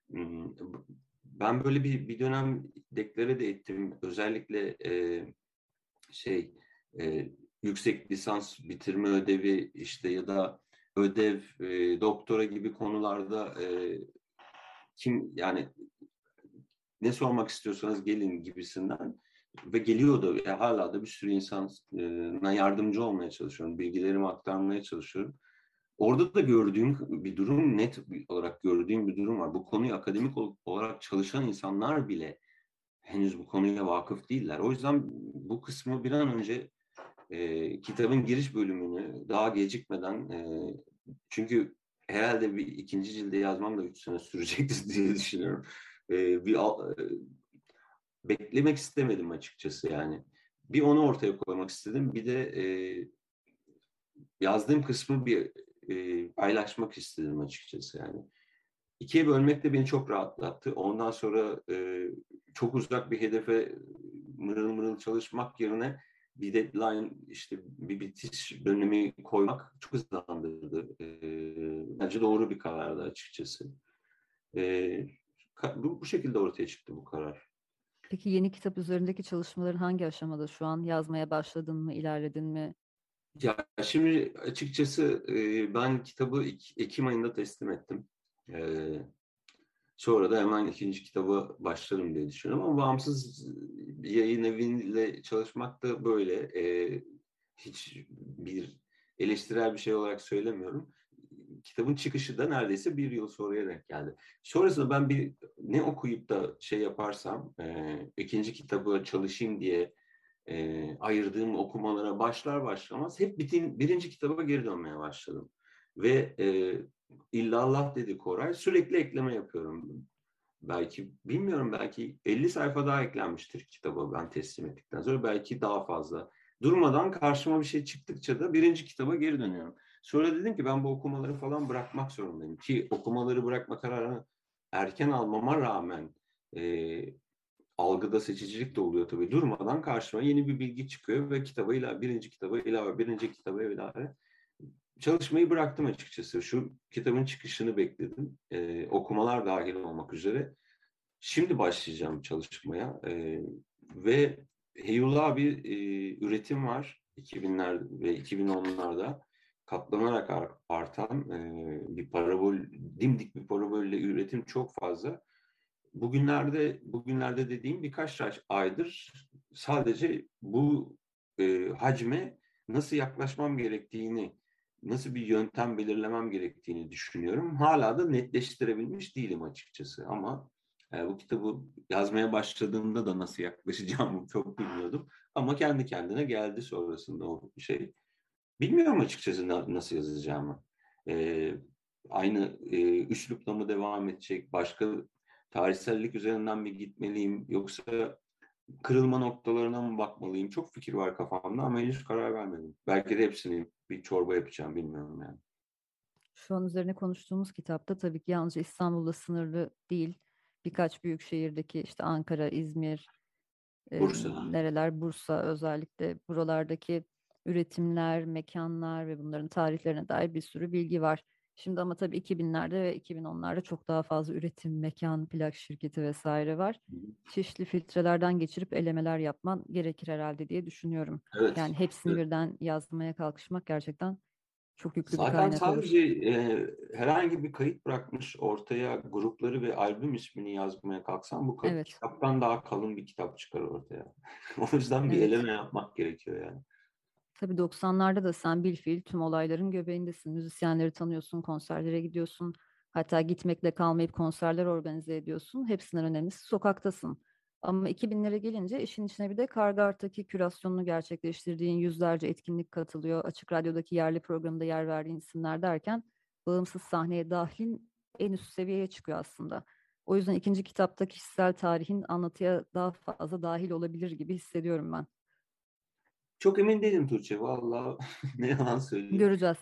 ben böyle bir dönem deklare de ettim. Özellikle şey yüksek lisans bitirme ödevi işte ya da ödev, doktora gibi konularda kim yani ne sormak istiyorsanız gelin gibisinden ve geliyordu. Hala da bir sürü insana yardımcı olmaya çalışıyorum. Bilgilerimi aktarmaya çalışıyorum. Orada da gördüğüm bir durum, net olarak gördüğüm bir durum var. Bu konuyu akademik olarak çalışan insanlar bile henüz bu konuya vakıf değiller. O yüzden bu kısmı bir an önce kitabın giriş bölümünü daha gecikmeden çünkü herhalde bir ikinci cilde yazmam da 3 sene sürecektir diye düşünüyorum. Bir beklemek istemedim açıkçası yani. Bir onu ortaya koymak istedim. Bir de yazdığım kısmı bir paylaşmak istedim açıkçası yani. İkiye bölmek de beni çok rahatlattı. Ondan sonra çok uzak bir hedefe mırıl mırıl çalışmak yerine bir deadline, işte bir bitiş dönemi koymak çok hızlandırdı. Bence doğru bir karardı açıkçası. E, bu şekilde ortaya çıktı bu karar. Peki yeni kitap üzerindeki çalışmaların hangi aşamada şu an? Yazmaya başladın mı, ilerledin mi? Ya şimdi açıkçası ben kitabı Ekim ayında teslim ettim. Sonra da hemen ikinci kitaba başlarım diye düşünüyorum. Ama bağımsız bir yayın eviyle çalışmak da böyle. Hiç bir eleştirel bir şey olarak söylemiyorum. Kitabın çıkışı da neredeyse bir yıl sonraya denk geldi. Sonrasında ben ne okuyup da şey yaparsam, ikinci kitabı çalışayım diye ayırdığım okumalara başlar başlamaz hep birinci kitaba geri dönmeye başladım. Ve illallah dedi Koray, sürekli ekleme yapıyorum. Belki bilmiyorum, belki 50 sayfa daha eklenmiştir kitaba ben teslim ettikten sonra, belki daha fazla. Durmadan karşıma bir şey çıktıkça da birinci kitaba geri dönüyorum. Sonra dedim ki ben bu okumaları falan bırakmak zorundayım. Ki okumaları bırakma kararını erken almama rağmen algıda seçicilik de oluyor tabii. Durmadan karşıma yeni bir bilgi çıkıyor ve birinci kitaba ilave, birinci kitaba ilave. Çalışmayı bıraktım açıkçası. Şu kitabın çıkışını bekledim. Okumalar dahil olmak üzere. Şimdi başlayacağım çalışmaya. Ve Heyullah bir üretim var. 2000'ler ve 2010'larda katlanarak artan bir parabol, dimdik bir parabolle üretim çok fazla. Bugünlerde dediğim birkaç aydır sadece bu hacme nasıl yaklaşmam gerektiğini, nasıl bir yöntem belirlemem gerektiğini düşünüyorum. Hala da netleştirebilmiş değilim açıkçası, ama bu kitabı yazmaya başladığımda da nasıl yaklaşacağımı çok bilmiyordum. Ama kendi kendine geldi sonrasında o şey. Bilmiyorum açıkçası nasıl yazacağımı. E, Aynı üslupla mı devam edecek, başka tarihsellik üzerinden mi gitmeliyim, yoksa kırılma noktalarına mı bakmalıyım? Çok fikir var kafamda ama henüz karar vermedim. Belki de hepsini bir çorba yapacağım, bilmiyorum yani. Şu an üzerine konuştuğumuz kitapta tabii ki yalnızca İstanbul'da sınırlı değil. Birkaç büyük şehirdeki işte Ankara, İzmir, Bursa. nereler, Bursa özellikle buralardaki üretimler, mekanlar ve bunların tarihlerine dair bir sürü bilgi var. Şimdi ama tabii 2000'lerde ve 2010'larda çok daha fazla üretim, mekan, plak şirketi vesaire var. Çeşitli filtrelerden geçirip elemeler yapman gerekir herhalde diye düşünüyorum. Evet. Yani hepsini birden yazmaya kalkışmak gerçekten çok yüklü bir Zaten kaynak olur. sadece herhangi bir kayıt bırakmış ortaya grupları ve albüm ismini yazmaya kalksam bu Evet, kitaptan daha kalın bir kitap çıkar ortaya. O yüzden bir evet. eleme yapmak gerekiyor yani. Tabii 90'larda da sen bilfiil tüm olayların göbeğindesin. Müzisyenleri tanıyorsun, konserlere gidiyorsun. Hatta gitmekle kalmayıp konserler organize ediyorsun. Hepsinden önemlisi sokaktasın. Ama 2000'lere gelince işin içine bir de Kargart'taki kürasyonunu gerçekleştirdiğin yüzlerce etkinlik katılıyor. Açık Radyo'daki yerli programda yer verdiğin isimler derken bağımsız sahneye dahilin en üst seviyeye çıkıyor aslında. O yüzden ikinci kitapta kişisel tarihin anlatıya daha fazla dahil olabilir gibi hissediyorum ben. Çok emin değilim Tuğçe. Vallahi ne yalan söyleyeyim. Göreceğiz.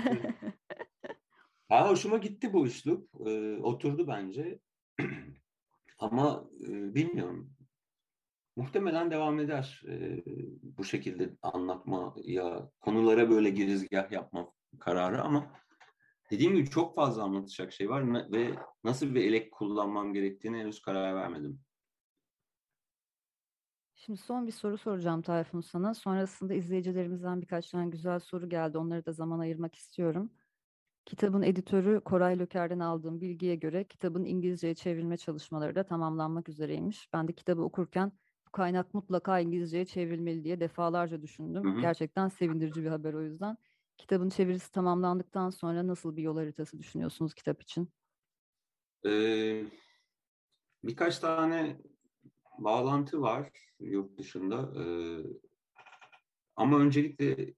Hoşuma gitti bu üslup. Oturdu bence. Ama bilmiyorum. Muhtemelen devam eder bu şekilde anlatmaya, konulara böyle girizgah yapma kararı, ama dediğim gibi çok fazla anlatacak şey var ve nasıl bir elek kullanmam gerektiğine henüz karar vermedim. Şimdi son bir soru soracağım Tayfun sana. Sonrasında izleyicilerimizden birkaç tane güzel soru geldi. Onları da zaman ayırmak istiyorum. Kitabın editörü Koray Löker'den aldığım bilgiye göre kitabın İngilizceye çevrilme çalışmaları da tamamlanmak üzereymiş. Ben de kitabı okurken bu kaynak mutlaka İngilizceye çevrilmeli diye defalarca Hı düşündüm. hı. Gerçekten sevindirici bir haber o yüzden. Kitabın çevirisi tamamlandıktan sonra nasıl bir yol haritası düşünüyorsunuz kitap için? Ee, Birkaç tane bağlantı var yurt dışında. Ama öncelikle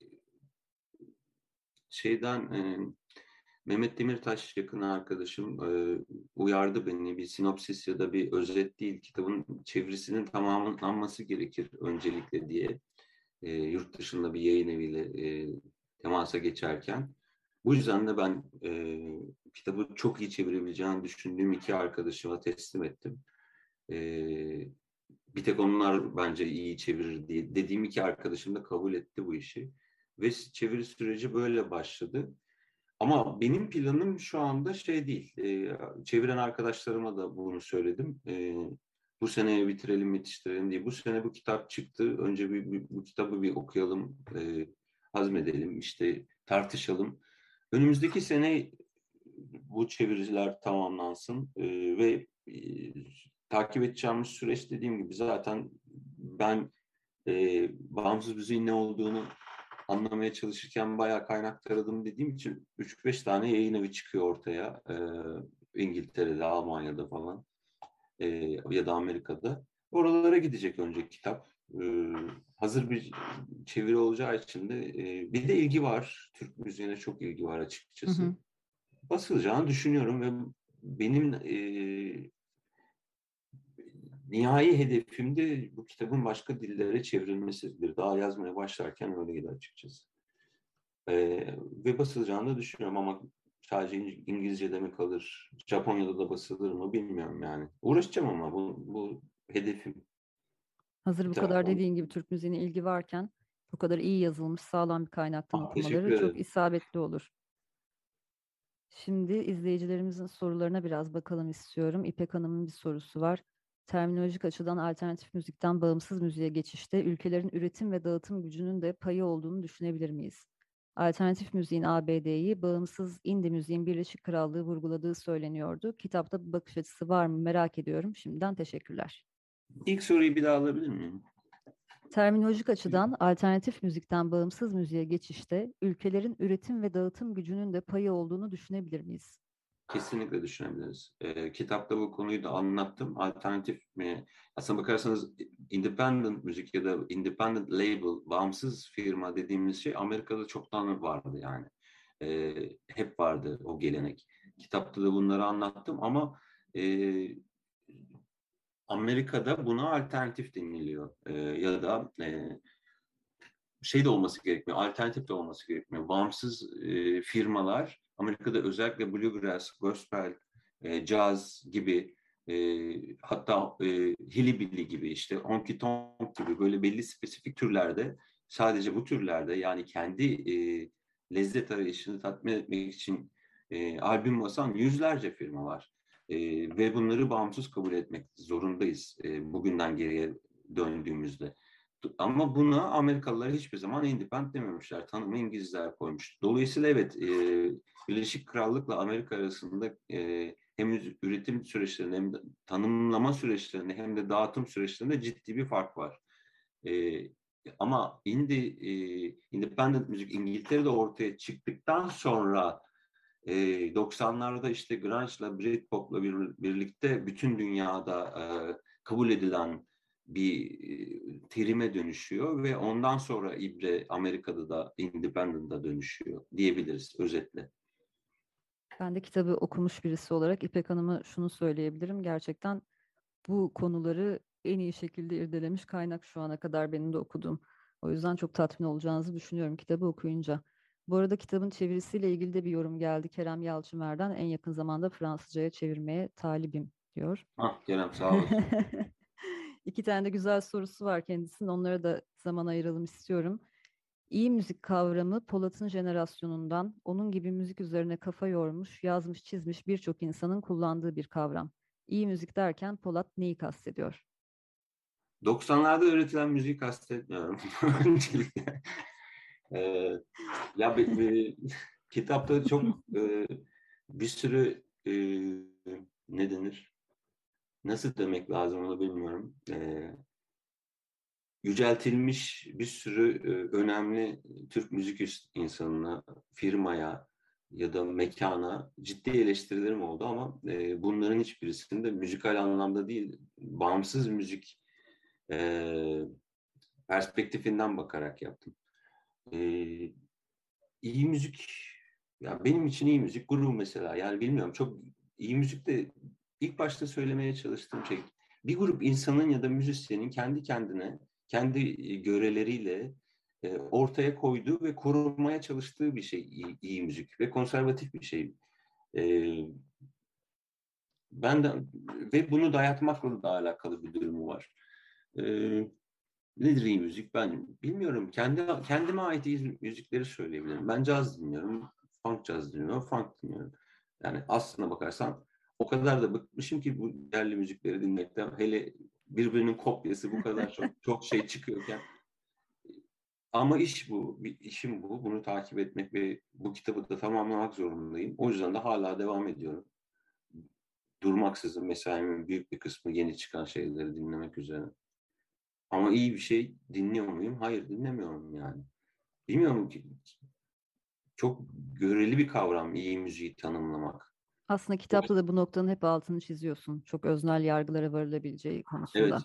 şeyden Mehmet Demirtaş, yakın arkadaşım, uyardı beni. Bir sinopsis ya da bir özet değil, kitabın çevirisinin tamamlanması gerekir öncelikle diye. Yurt dışında bir yayın eviyle temasa geçerken. Bu yüzden de ben kitabı çok iyi çevirebileceğini düşündüğüm iki arkadaşıma teslim ettim. E, Bir tek onlar bence iyi çevirir diye dediğim iki arkadaşım da kabul etti bu işi. Ve çeviri süreci böyle başladı. Ama benim planım şu anda şey değil. Çeviren arkadaşlarıma da bunu söyledim. Bu seneye bitirelim, yetiştirelim diye. Bu sene bu kitap çıktı. Önce bu kitabı bir okuyalım, hazmedelim, işte tartışalım. Önümüzdeki sene bu çeviriler tamamlansın ve takip edeceğimiz süreç, dediğim gibi, zaten ben bağımsız müziğin ne olduğunu anlamaya çalışırken bayağı kaynak taradım dediğim için 3-5 tane yayın evi çıkıyor ortaya. İngiltere'de, Almanya'da falan ya da Amerika'da. Oralara gidecek önce kitap. Hazır bir çeviri olacağı için de bir de ilgi var. Türk müziğine çok ilgi var Hı açıkçası. hı. Basılacağını düşünüyorum ve benim nihai hedefim de bu kitabın başka dillere çevrilmesidir. Daha yazmaya başlarken öyleydi açıkçası. Ve basılacağını da düşünüyorum ama sadece İngilizce'de mi kalır, Japonya'da da basılır mı bilmiyorum yani. Uğraşacağım ama bu hedefim. Hazır bu Kitap kadar oldu. dediğin gibi Türk müziğine ilgi varken bu kadar iyi yazılmış sağlam bir kaynaktan Teşekkür okumaları çok ederim. isabetli olur. Şimdi izleyicilerimizin sorularına biraz bakalım istiyorum. İpek Hanım'ın bir sorusu var. Terminolojik açıdan alternatif müzikten bağımsız müziğe geçişte ülkelerin üretim ve dağıtım gücünün de payı olduğunu düşünebilir miyiz? Alternatif müziğin ABD'yi, bağımsız indie müziğin Birleşik Krallığı vurguladığı söyleniyordu. Kitapta bir bakış açısı var mı merak ediyorum. Şimdiden teşekkürler. İlk soruyu bir daha alabilir miyim? Terminolojik açıdan alternatif müzikten bağımsız müziğe geçişte ülkelerin üretim ve dağıtım gücünün de payı olduğunu düşünebilir miyiz? Kesinlikle düşünebiliriz. Kitapta bu konuyu da anlattım. Alternatif mi? Aslına bakarsanız independent müzik ya da independent label, bağımsız firma dediğimiz şey Amerika'da çoktan vardı yani. Hep vardı o gelenek. Kitapta da bunları anlattım ama e, Amerika'da buna alternatif deniliyor. Ya da şey de olması gerekmiyor, alternatif de olması gerekmiyor. Bağımsız firmalar Amerika'da özellikle bluegrass, gospel, caz gibi, hatta hillbilly gibi, işte honky tonk gibi böyle belli spesifik türlerde, sadece bu türlerde, yani kendi lezzet arayışını tatmin etmek için albüm basan yüzlerce firma var. Ve bunları bağımsız kabul etmek zorundayız bugünden geriye döndüğümüzde. Ama buna Amerikalılar hiçbir zaman independent dememişler. Tanımı İngilizler koymuş. Dolayısıyla evet, Birleşik Krallık'la Amerika arasında hem üretim süreçlerinde hem de tanımlama süreçlerinde hem de dağıtım süreçlerinde ciddi bir fark var. E, Ama independent müzik İngiltere'de ortaya çıktıktan sonra 90'larda işte grunge'la Britpop'la birlikte bütün dünyada kabul edilen bir terime dönüşüyor ve ondan sonra ibre Amerika'da da independent'a dönüşüyor diyebiliriz özetle. Ben de kitabı okumuş birisi olarak İpek Hanım'a şunu söyleyebilirim. Gerçekten bu konuları en iyi şekilde irdelemiş kaynak şu ana kadar benim de okuduğum. O yüzden çok tatmin olacağınızı düşünüyorum kitabı okuyunca. Bu arada kitabın çevirisiyle ilgili de bir yorum geldi. Kerem Yalçımer'den en yakın zamanda Fransızcaya çevirmeye talibim diyor. Kerem, sağ olasın. İki tane de güzel sorusu var kendisinin. Onlara da zaman ayıralım istiyorum. İyi müzik kavramı Polat'ın jenerasyonundan, onun gibi müzik üzerine kafa yormuş, yazmış, çizmiş birçok insanın kullandığı bir kavram. İyi müzik derken Polat neyi kastediyor? 90'larda üretilen müziği kastetmiyorum öncelikle. Ee, ya Kitapta çok bir sürü ne denir? Nasıl demek lazım onu bilmiyorum. Yüceltilmiş bir sürü önemli Türk müzik insanına, firmaya ya da mekana ciddi eleştirilerim oldu ama bunların hiçbirisini de müzikal anlamda değil, bağımsız müzik perspektifinden bakarak yaptım. E, iyi müzik, ya benim için iyi müzik guru mesela. Yani bilmiyorum, çok iyi müzik de ilk başta söylemeye çalıştığım şey, bir grup insanın ya da müzisyenin kendi kendine, kendi göreleriyle ortaya koyduğu ve korumaya çalıştığı bir şey iyi müzik ve konservatif bir şey. E, ben de ve bunu dayatmakla da alakalı bir durumu var. E, nedir iyi müzik? Ben bilmiyorum. Kendime ait iyi müzikleri söyleyebilirim. Ben caz dinliyorum, funk caz dinliyorum, funk dinliyorum. Yani aslına bakarsan o kadar da bıkmışım ki bu yerli müzikleri dinlemekten. Hele birbirinin kopyası bu kadar çok şey çıkıyorken. Ama iş bu, bir işim bu. Bunu takip etmek ve bu kitabı da tamamlamak zorundayım. O yüzden de hala devam ediyorum. Durmaksızın mesaimin büyük bir kısmı yeni çıkan şeyleri dinlemek üzere. Ama iyi bir şey dinliyor muyum? Hayır, dinlemiyorum yani. Bilmiyorum ki, çok göreli bir kavram iyi müziği tanımlamak. Aslında kitapta da bu noktanın hep altını çiziyorsun. Çok öznel yargılara varılabileceği konusunda. Evet.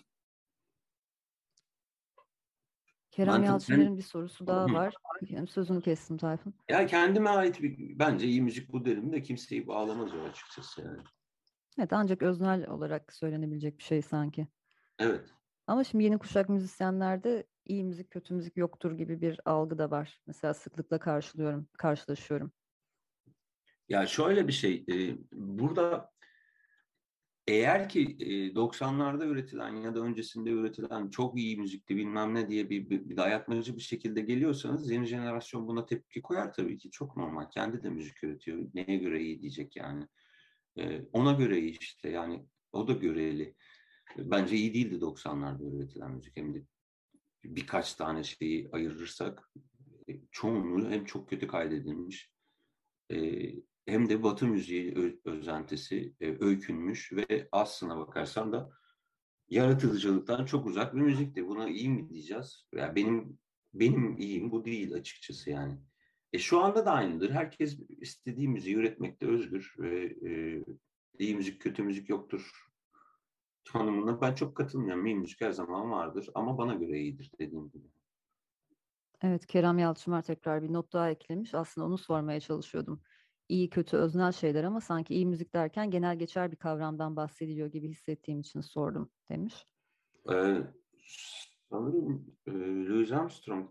Kerem Yalçıner'in bir sorusu daha Hı. var. Yani sözünü kestim Tayfun. Ya kendime ait bence iyi müzik bu derim de kimseyi bağlamaz o açıkçası yani. Evet, ancak öznel olarak söylenebilecek bir şey sanki. Evet. Ama şimdi yeni kuşak müzisyenlerde iyi müzik, kötü müzik yoktur gibi bir algı da var. Mesela sıklıkla karşılaşıyorum. Ya şöyle bir şey, burada eğer ki 90'larda üretilen ya da öncesinde üretilen çok iyi müzikti bilmem ne diye bir dayatmacı bir şekilde geliyorsanız yeni jenerasyon buna tepki koyar tabii ki. Çok normal. Kendi de müzik üretiyor. Neye göre iyi diyecek yani. Ona göre iyi işte yani, o da göreli. Bence iyi değildi 90'larda üretilen müzik. Hem de birkaç tane şeyi ayırırsak çoğunluğu hem çok kötü kaydedilmiş hem de Batı müziği özentisi öykünmüş ve aslına bakarsan da yaratıcılıktan çok uzak bir müzikti. Buna iyi mi diyeceğiz? Ya benim iyiyim bu değil açıkçası yani. Şu anda da aynıdır. Herkes istediği müziği üretmekte özgür ve iyi müzik, kötü müzik yoktur tanımına ben çok katılmıyorum. İyi müzik her zaman vardır ama bana göre iyidir dediğim gibi. Evet, Kerem Yalçıner tekrar bir not daha eklemiş. Aslında onu sormaya çalışıyordum. İyi, kötü, öznel şeyler ama sanki iyi müzik derken genel geçer bir kavramdan bahsediliyor gibi hissettiğim için sordum demiş. Ee, sanırım Louis Armstrong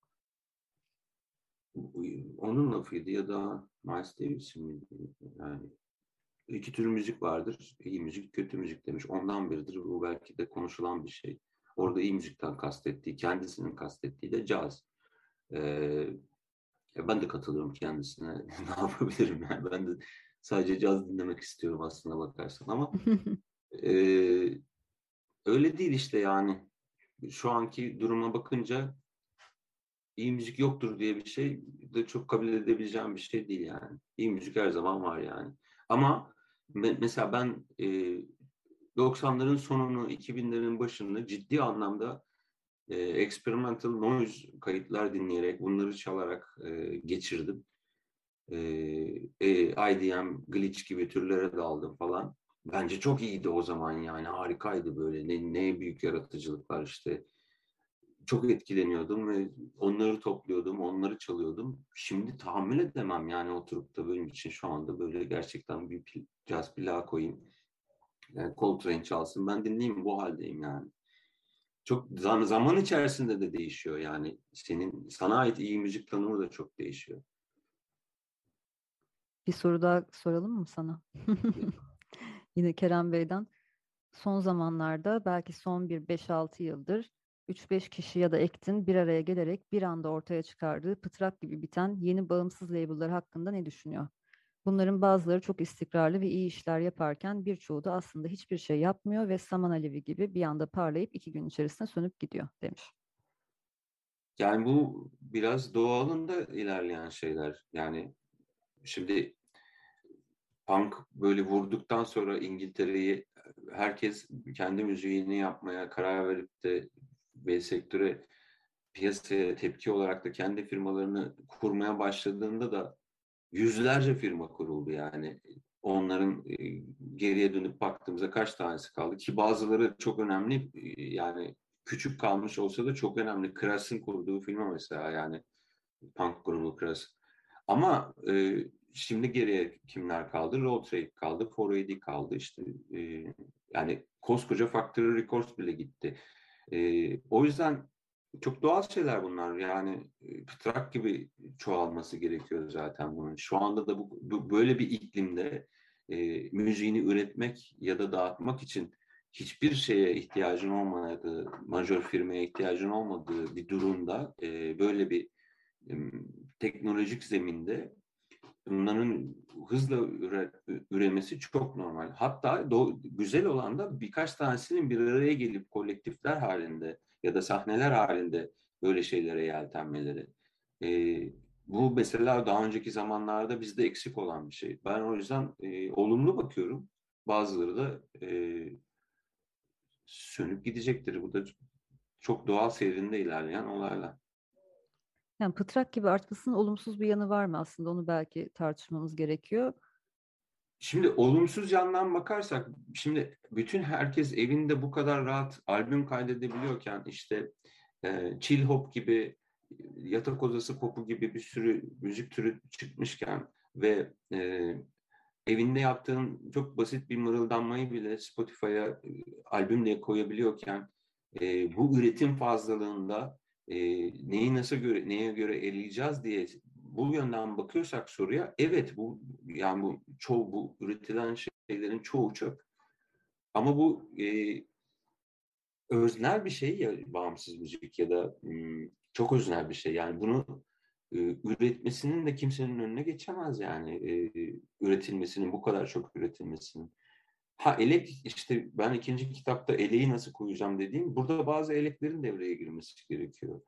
onun lafıydı ya da Miles Davis'in miydi? Yani iki tür müzik vardır. İyi müzik, kötü müzik demiş. Ondan biridir. Bu belki de konuşulan bir şey. Orada iyi müzikten kastettiği, kendisinin kastettiği de caz. Ee, ben de katılıyorum kendisine. Ne yapabilirim yani? Ben de sadece caz dinlemek istiyorum aslına bakarsan ama e, öyle değil işte yani. Şu anki duruma bakınca iyi müzik yoktur diye bir şey de çok kabul edebileceğim bir şey değil yani. İyi müzik her zaman var yani. Ama mesela ben 90'ların sonunu, 2000'lerin başını ciddi anlamda experimental noise kayıtlar dinleyerek, bunları çalarak geçirdim. IDM, glitch gibi türlere daldım falan. Bence çok iyiydi o zaman yani, harikaydı böyle. Ne büyük yaratıcılıklar işte. Çok etkileniyordum ve onları topluyordum, onları çalıyordum. Şimdi tahammül edemem yani oturup da benim için şu anda böyle gerçekten bir caz plağı koyayım. Yani Coltrane çalsın, ben dinleyeyim, bu haldeyim yani. Çok zaman içerisinde de değişiyor yani. Sana ait iyi müzik tanımı da çok değişiyor. Bir soru daha soralım mı sana? Yine Kerem Bey'den. Son zamanlarda belki son bir 5-6 yıldır 3-5 kişi ya da ektin bir araya gelerek bir anda ortaya çıkardığı pıtrak gibi biten yeni bağımsız label'lar hakkında ne düşünüyor? Bunların bazıları çok istikrarlı ve iyi işler yaparken birçoğu da aslında hiçbir şey yapmıyor ve saman alevi gibi bir anda parlayıp 2 gün içerisinde sönüp gidiyor demiş. Yani bu biraz doğalında ilerleyen şeyler. Yani Şimdi punk böyle vurduktan sonra İngiltere'yi herkes kendi müziğini yapmaya karar verip de ve sektöre, piyasaya tepki olarak da kendi firmalarını kurmaya başladığında da yüzlerce firma kuruldu yani. Onların geriye dönüp baktığımızda kaç tanesi kaldı ki bazıları çok önemli, yani küçük kalmış olsa da çok önemli. Crass'ın kurduğu firma mesela, yani punk grubu Crass. Ama şimdi geriye kimler kaldı? Road Trade kaldı, 4AD kaldı işte. Yani koskoca Factory Records bile gitti. O yüzden çok doğal şeyler bunlar. Yani pıtrak gibi çoğalması gerekiyor zaten bunun. Şu anda da böyle bir iklimde müziğini üretmek ya da dağıtmak için hiçbir şeye ihtiyacın olmadığı, majör firmaya ihtiyacın olmadığı bir durumda böyle bir teknolojik zeminde bunların hızla üremesi çok normal. Hatta güzel olan da birkaç tanesinin bir araya gelip kolektifler halinde ya da sahneler halinde böyle şeylere yeltenmeleri. Bu mesela daha önceki zamanlarda bizde eksik olan bir şey. Ben o yüzden olumlu bakıyorum. Bazıları da sönüp gidecektir. Bu da çok doğal seyrinde ilerleyen olaylar. Yani pıtrak gibi artmasının olumsuz bir yanı var mı aslında? Onu belki tartışmamız gerekiyor. Şimdi olumsuz yandan bakarsak, şimdi bütün herkes evinde bu kadar rahat albüm kaydedebiliyorken işte chill hop gibi, yatak odası popu gibi bir sürü müzik türü çıkmışken ve evinde yaptığın çok basit bir mırıldanmayı bile Spotify'a albüm diye koyabiliyorken bu üretim fazlalığında neyi nasıl neye göre eleyeceğiz diye bu yönden bakıyorsak soruya, evet, bu yani bu üretilen şeylerin çoğu çöp. Ama bu öznel bir şey ya, bağımsız müzik ya da çok öznel bir şey. Yani bunu üretmesinin de kimsenin önüne geçemez yani, üretilmesinin, bu kadar çok üretilmesinin. Ha, elek, işte ben ikinci kitapta eleği nasıl koyacağım dediğim, burada bazı eleklerin devreye girmesi gerekiyor.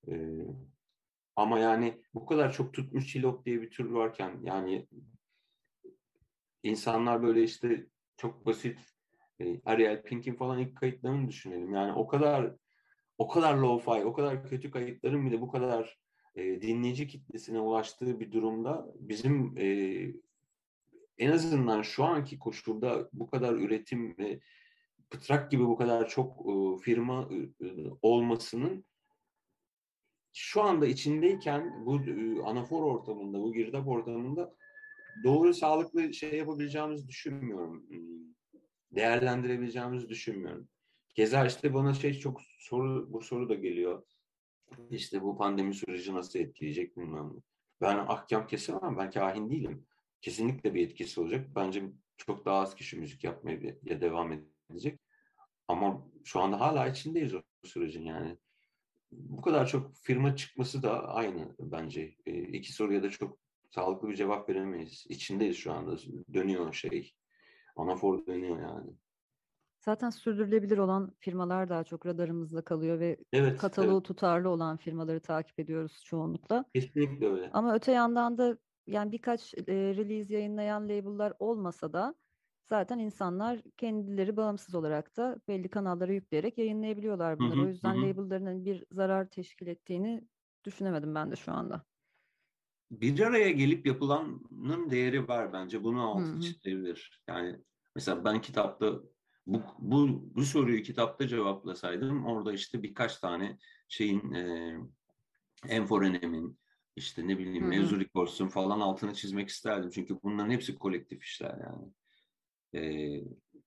Ama yani bu kadar çok tutmuş çilop diye bir tür varken, yani insanlar böyle işte çok basit Ariel Pink'in falan ilk kayıtlarını düşünelim. Yani o kadar lo-fi, o kadar kötü kayıtların bile bu kadar dinleyici kitlesine ulaştığı bir durumda bizim en azından şu anki koşulda bu kadar üretim ve pıtrak gibi bu kadar çok firma olmasının, şu anda içindeyken bu anafor ortamında, bu girdap ortamında doğru sağlıklı şey yapabileceğimizi düşünmüyorum. Değerlendirebileceğimizi düşünmüyorum. Keza işte bana bu soru da geliyor. İşte bu pandemi süreci nasıl etkileyecek bilmem ne. Ben ahkam kesemem, ben kahin değilim. Kesinlikle bir etkisi olacak. Bence çok daha az kişi müzik yapmaya devam edecek. Ama şu anda hala içindeyiz o sürecin yani. Bu kadar çok firma çıkması da aynı bence. İki soruya da çok sağlıklı bir cevap veremeyiz. İçindeyiz şu anda. Dönüyor şey. Anafor dönüyor yani. Zaten sürdürülebilir olan firmalar daha çok radarımızda kalıyor ve Evet, evet. kataloğu tutarlı olan firmaları takip ediyoruz çoğunlukla. Kesinlikle öyle. Ama öte yandan da yani birkaç release yayınlayan label'lar olmasa da zaten insanlar kendileri bağımsız olarak da belli kanallara yükleyerek yayınlayabiliyorlar Hı bunları. O hı, hı yüzden hı. label'ların bir zarar teşkil ettiğini düşünemedim ben de şu anda. Bir araya gelip yapılanın değeri var bence. Bunu Hı altı hı. çizilebilir. Yani mesela ben kitapta bu soruyu kitapta cevaplasaydım, orada işte birkaç tane şeyin, Enforenem'in, işte ne Hı bileyim hı. Mevzu Records'un falan altını çizmek isterdim. Çünkü bunların hepsi kolektif işler yani. Ee,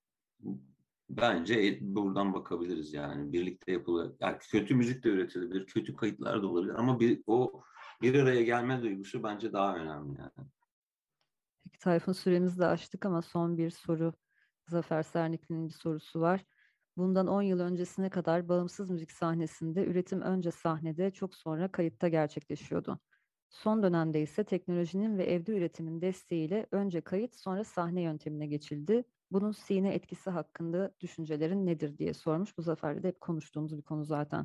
Bence buradan bakabiliriz yani. Birlikte yani kötü müzik de üretilebilir, kötü kayıtlar da olabilir ama bir araya gelme duygusu bence daha önemli yani. Peki Tayfun, süremizi de aştık ama son bir soru. Zafer Sernikli'nin bir sorusu var. Bundan 10 yıl öncesine kadar bağımsız müzik sahnesinde üretim önce sahnede, çok sonra kayıtta gerçekleşiyordu. Son dönemde ise teknolojinin ve evde üretimin desteğiyle önce kayıt sonra sahne yöntemine geçildi. Bunun sine etkisi hakkında düşüncelerin nedir diye sormuş. Bu Zafer'le de hep konuştuğumuz bir konu zaten.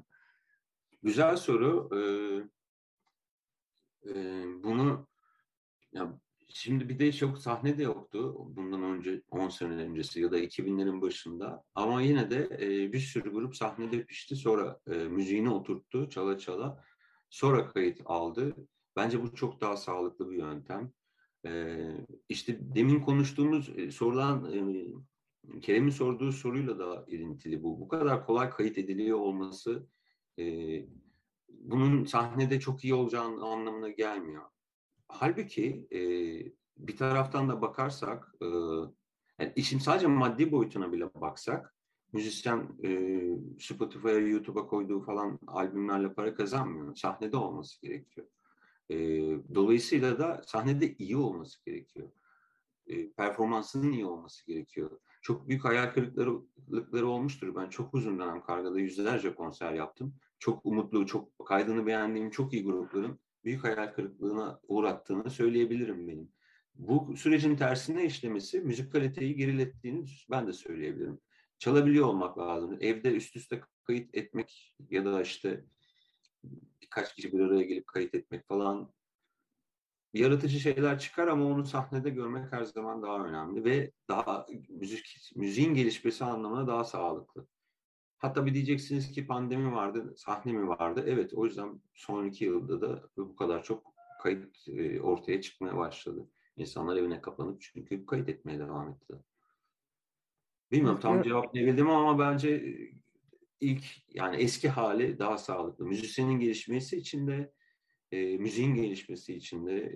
Güzel soru. Bunu ya Şimdi bir de çok sahne de yoktu bundan önce, 10 sene öncesi ya da 2000'lerin başında. Ama yine de bir sürü grup sahnede pişti. Sonra müziğini oturttu çala çala. Sonra kayıt aldı. Bence bu çok daha sağlıklı bir yöntem. E, işte demin konuştuğumuz sorulan Kerem'in sorduğu soruyla da ilintili bu. Bu kadar kolay kayıt ediliyor olması e, bunun sahnede çok iyi olacağının anlamına gelmiyor. Halbuki bir taraftan da bakarsak, yani işin sadece maddi boyutuna bile baksak, müzisyen Spotify'a, YouTube'a koyduğu falan albümlerle para kazanmıyor. Sahnede olması gerekiyor. E, dolayısıyla da sahnede iyi olması gerekiyor. Performansının iyi olması gerekiyor. Çok büyük hayal kırıklıkları olmuştur. Ben çok uzun dönem Karga'da yüzlerce konser yaptım. Çok umutlu, çok kaydını beğendiğim çok iyi grupların büyük hayal kırıklığına uğrattığını söyleyebilirim benim. Bu sürecin tersine işlemesi müzik kaliteyi gerilettiğini ben de söyleyebilirim. Çalabiliyor olmak lazım. Evde üst üste kayıt etmek ya da işte birkaç kişi bir araya gelip kayıt etmek falan yaratıcı şeyler çıkar ama onu sahnede görmek her zaman daha önemli ve daha müziğin gelişmesi anlamına daha sağlıklı. Hatta bir diyeceksiniz ki pandemi vardı, sahne mi vardı? Evet, o yüzden son 2 yılda da bu kadar çok kayıt ortaya çıkmaya başladı. İnsanlar evine kapanıp çünkü kayıt etmeye devam ettiler. Bilmiyorum Evet, tam cevap ne bildim ama bence ilk yani eski hali daha sağlıklı. Müzisyenin gelişmesi için de müziğin gelişmesi için de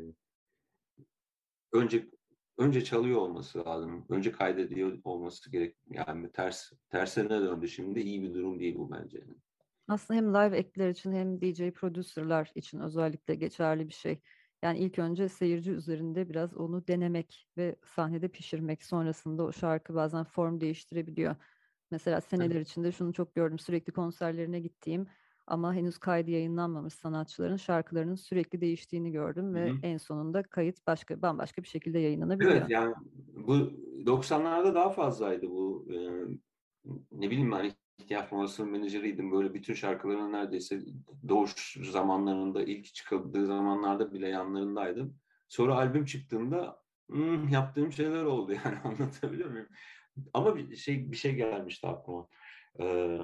önce çalıyor olması lazım. Önce kaydediyor olması gerek. Yani tersine döndü şimdi. İyi bir durum değil bu bence. Aslında hem live akt'ler için hem DJ producer'lar için özellikle geçerli bir şey. Yani ilk önce seyirci üzerinde biraz onu denemek ve sahnede pişirmek. Sonrasında o şarkı bazen form değiştirebiliyor. Mesela seneler içinde şunu çok gördüm. Sürekli konserlerine gittiğim ama henüz kaydı yayınlanmamış sanatçıların şarkılarının sürekli değiştiğini gördüm Hı ve hı. en sonunda kayıt bambaşka bir şekilde yayınlanabiliyor. Evet yani bu 90'larda daha fazlaydı bu. Ne bileyim ben ihtiyaç molası menajeriydim. Böyle bütün şarkıların neredeyse doğuş zamanlarında ilk çıkıldığı zamanlarda bile yanlarındaydım. Sonra albüm çıktığında yaptığım şeyler oldu yani anlatabiliyor muyum? Ama bir şey gelmişti aklıma. Ee,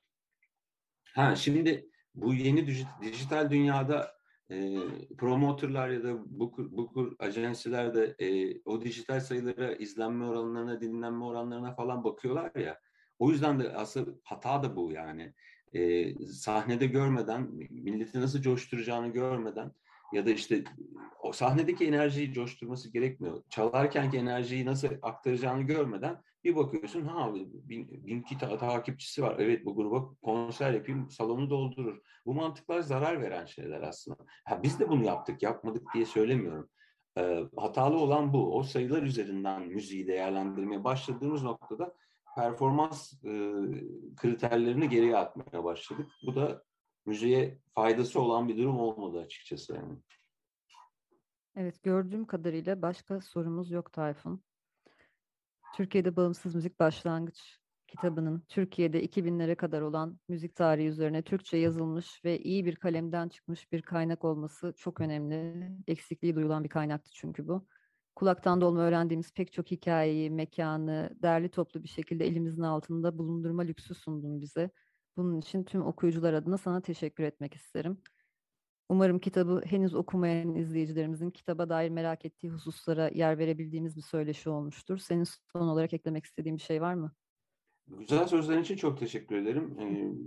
şimdi bu yeni dijital dünyada promotörler ya da booker ajansiler de o dijital sayılara, izlenme oranlarına, dinlenme oranlarına falan bakıyorlar ya. O yüzden de asıl hata da bu yani. Sahnede görmeden, milleti nasıl coşturacağını görmeden ya da işte o sahnedeki enerjiyi coşturması gerekmiyor. Çalarkenki enerjiyi nasıl aktaracağını görmeden bir bakıyorsun bin takipçisi var. Evet bu gruba konser yapayım salonu doldurur. Bu mantıklar zarar veren şeyler aslında. Biz de bunu yaptık yapmadık diye söylemiyorum. Hatalı olan bu. O sayılar üzerinden müziği değerlendirmeye başladığımız noktada performans kriterlerini geriye atmaya başladık. Bu da müziğe faydası olan bir durum olmadı açıkçası yani. Evet, gördüğüm kadarıyla başka sorumuz yok Tayfun. Türkiye'de Bağımsız Müzik Başlangıç kitabının Türkiye'de 2000'lere kadar olan müzik tarihi üzerine Türkçe yazılmış ve iyi bir kalemden çıkmış bir kaynak olması çok önemli. Eksikliği duyulan bir kaynaktı çünkü bu. Kulaktan dolma öğrendiğimiz pek çok hikayeyi, mekanı derli toplu bir şekilde elimizin altında bulundurma lüksü sundun bize. Bunun için tüm okuyucular adına sana teşekkür etmek isterim. Umarım kitabı henüz okumayan izleyicilerimizin kitaba dair merak ettiği hususlara yer verebildiğimiz bir söyleşi olmuştur. Senin son olarak eklemek istediğin bir şey var mı? Güzel sözlerin için çok teşekkür ederim.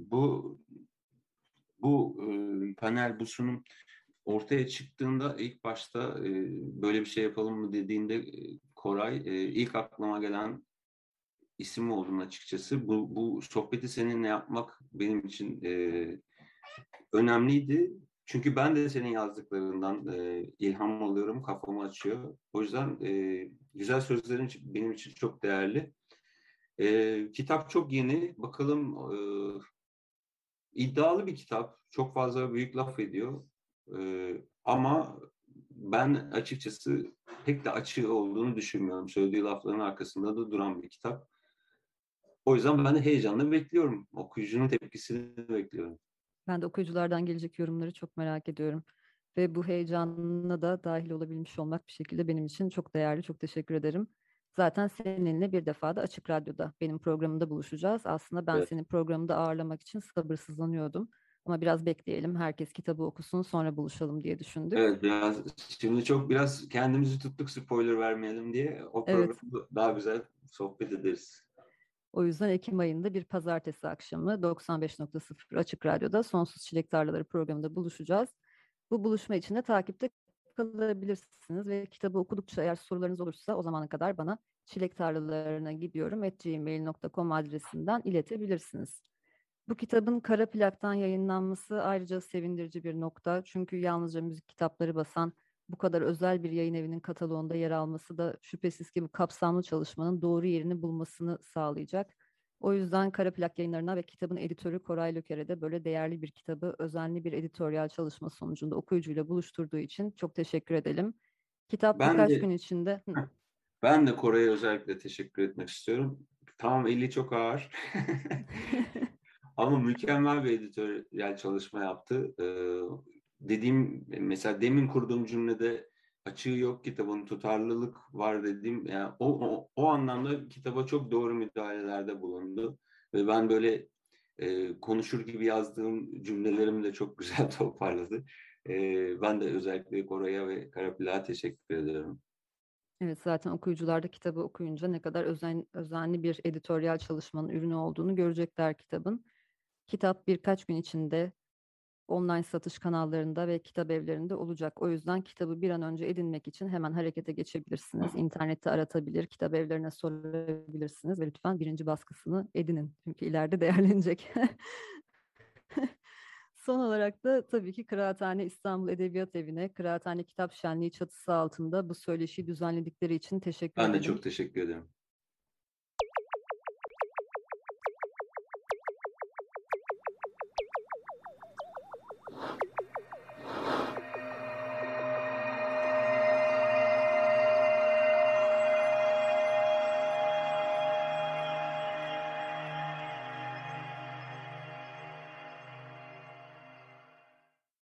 Bu panel, bu sunum ortaya çıktığında ilk başta böyle bir şey yapalım mı dediğinde Koray ilk aklıma gelen isim oldun açıkçası. Bu sohbeti seninle yapmak benim için önemliydi. Çünkü ben de senin yazdıklarından ilham alıyorum, kafamı açıyor. O yüzden güzel sözlerin benim için çok değerli. Kitap çok yeni. Bakalım iddialı bir kitap. Çok fazla büyük laf ediyor. Ama ben açıkçası pek de açığı olduğunu düşünmüyorum. Söylediği lafların arkasında da duran bir kitap. O yüzden ben de heyecanla bekliyorum. Okuyucunun tepkisini bekliyorum. Ben de okuyuculardan gelecek yorumları çok merak ediyorum. ve bu heyecanına da dahil olabilmiş olmak bir şekilde benim için çok değerli. Çok teşekkür ederim. Zaten seninle bir defa da Açık Radyo'da benim programımda buluşacağız. Aslında ben Evet. senin programında ağırlamak için sabırsızlanıyordum. Ama biraz bekleyelim, herkes kitabı okusun, sonra buluşalım diye düşündük. Evet, şimdi biraz kendimizi tuttuk spoiler vermeyelim diye. O Evet, programda daha güzel sohbet ederiz. o yüzden Ekim ayında bir pazartesi akşamı 95.0 Açık Radyo'da Sonsuz Çilek Tarlaları programında buluşacağız. Bu buluşma için de takipte kalabilirsiniz ve kitabı okudukça eğer sorularınız olursa o zamana kadar bana çilektarlalarına gidiyorum @gmail.com adresinden iletebilirsiniz. Bu kitabın kara plaktan yayınlanması ayrıca sevindirici bir nokta. Çünkü yalnızca müzik kitapları basan bu kadar özel bir yayın evinin kataloğunda yer alması da şüphesiz ki bu kapsamlı çalışmanın doğru yerini bulmasını sağlayacak. O yüzden Kara Plak Yayınlarına ve kitabın editörü Koray Löker'e de böyle değerli bir kitabı özenli bir editoryal çalışma sonucunda okuyucuyla buluşturduğu için çok teşekkür edelim. Kitap Ben birkaç gün de içinde... ben de Koray'a özellikle teşekkür etmek istiyorum. Tamam, eli çok ağır. Ama mükemmel bir editoryal çalışma yaptı. Mesela demin kurduğum cümlede açığı yok kitabın, tutarlılık var dediğim, yani o anlamda kitaba çok doğru müdahalelerde bulundu. Ve ben böyle konuşur gibi yazdığım cümlelerimi de çok güzel toparladı. Ben de özellikle Koray'a ve Karapila'ya teşekkür ediyorum. Evet, zaten okuyucular da kitabı okuyunca ne kadar özenli bir editoryal çalışmanın ürünü olduğunu görecekler kitabın. Kitap birkaç gün içinde online satış kanallarında ve kitap evlerinde olacak. O yüzden kitabı bir an önce edinmek için hemen harekete geçebilirsiniz. İnternette aratabilir, kitap evlerine sorabilirsiniz ve lütfen birinci baskısını edinin. Çünkü ileride değerlenecek. Son olarak da tabii ki Kıraathane İstanbul Edebiyat Evi'ne, Kıraathane Kitap Şenliği çatısı altında bu söyleşiyi düzenledikleri için teşekkür Ben de edelim. çok teşekkür ederim.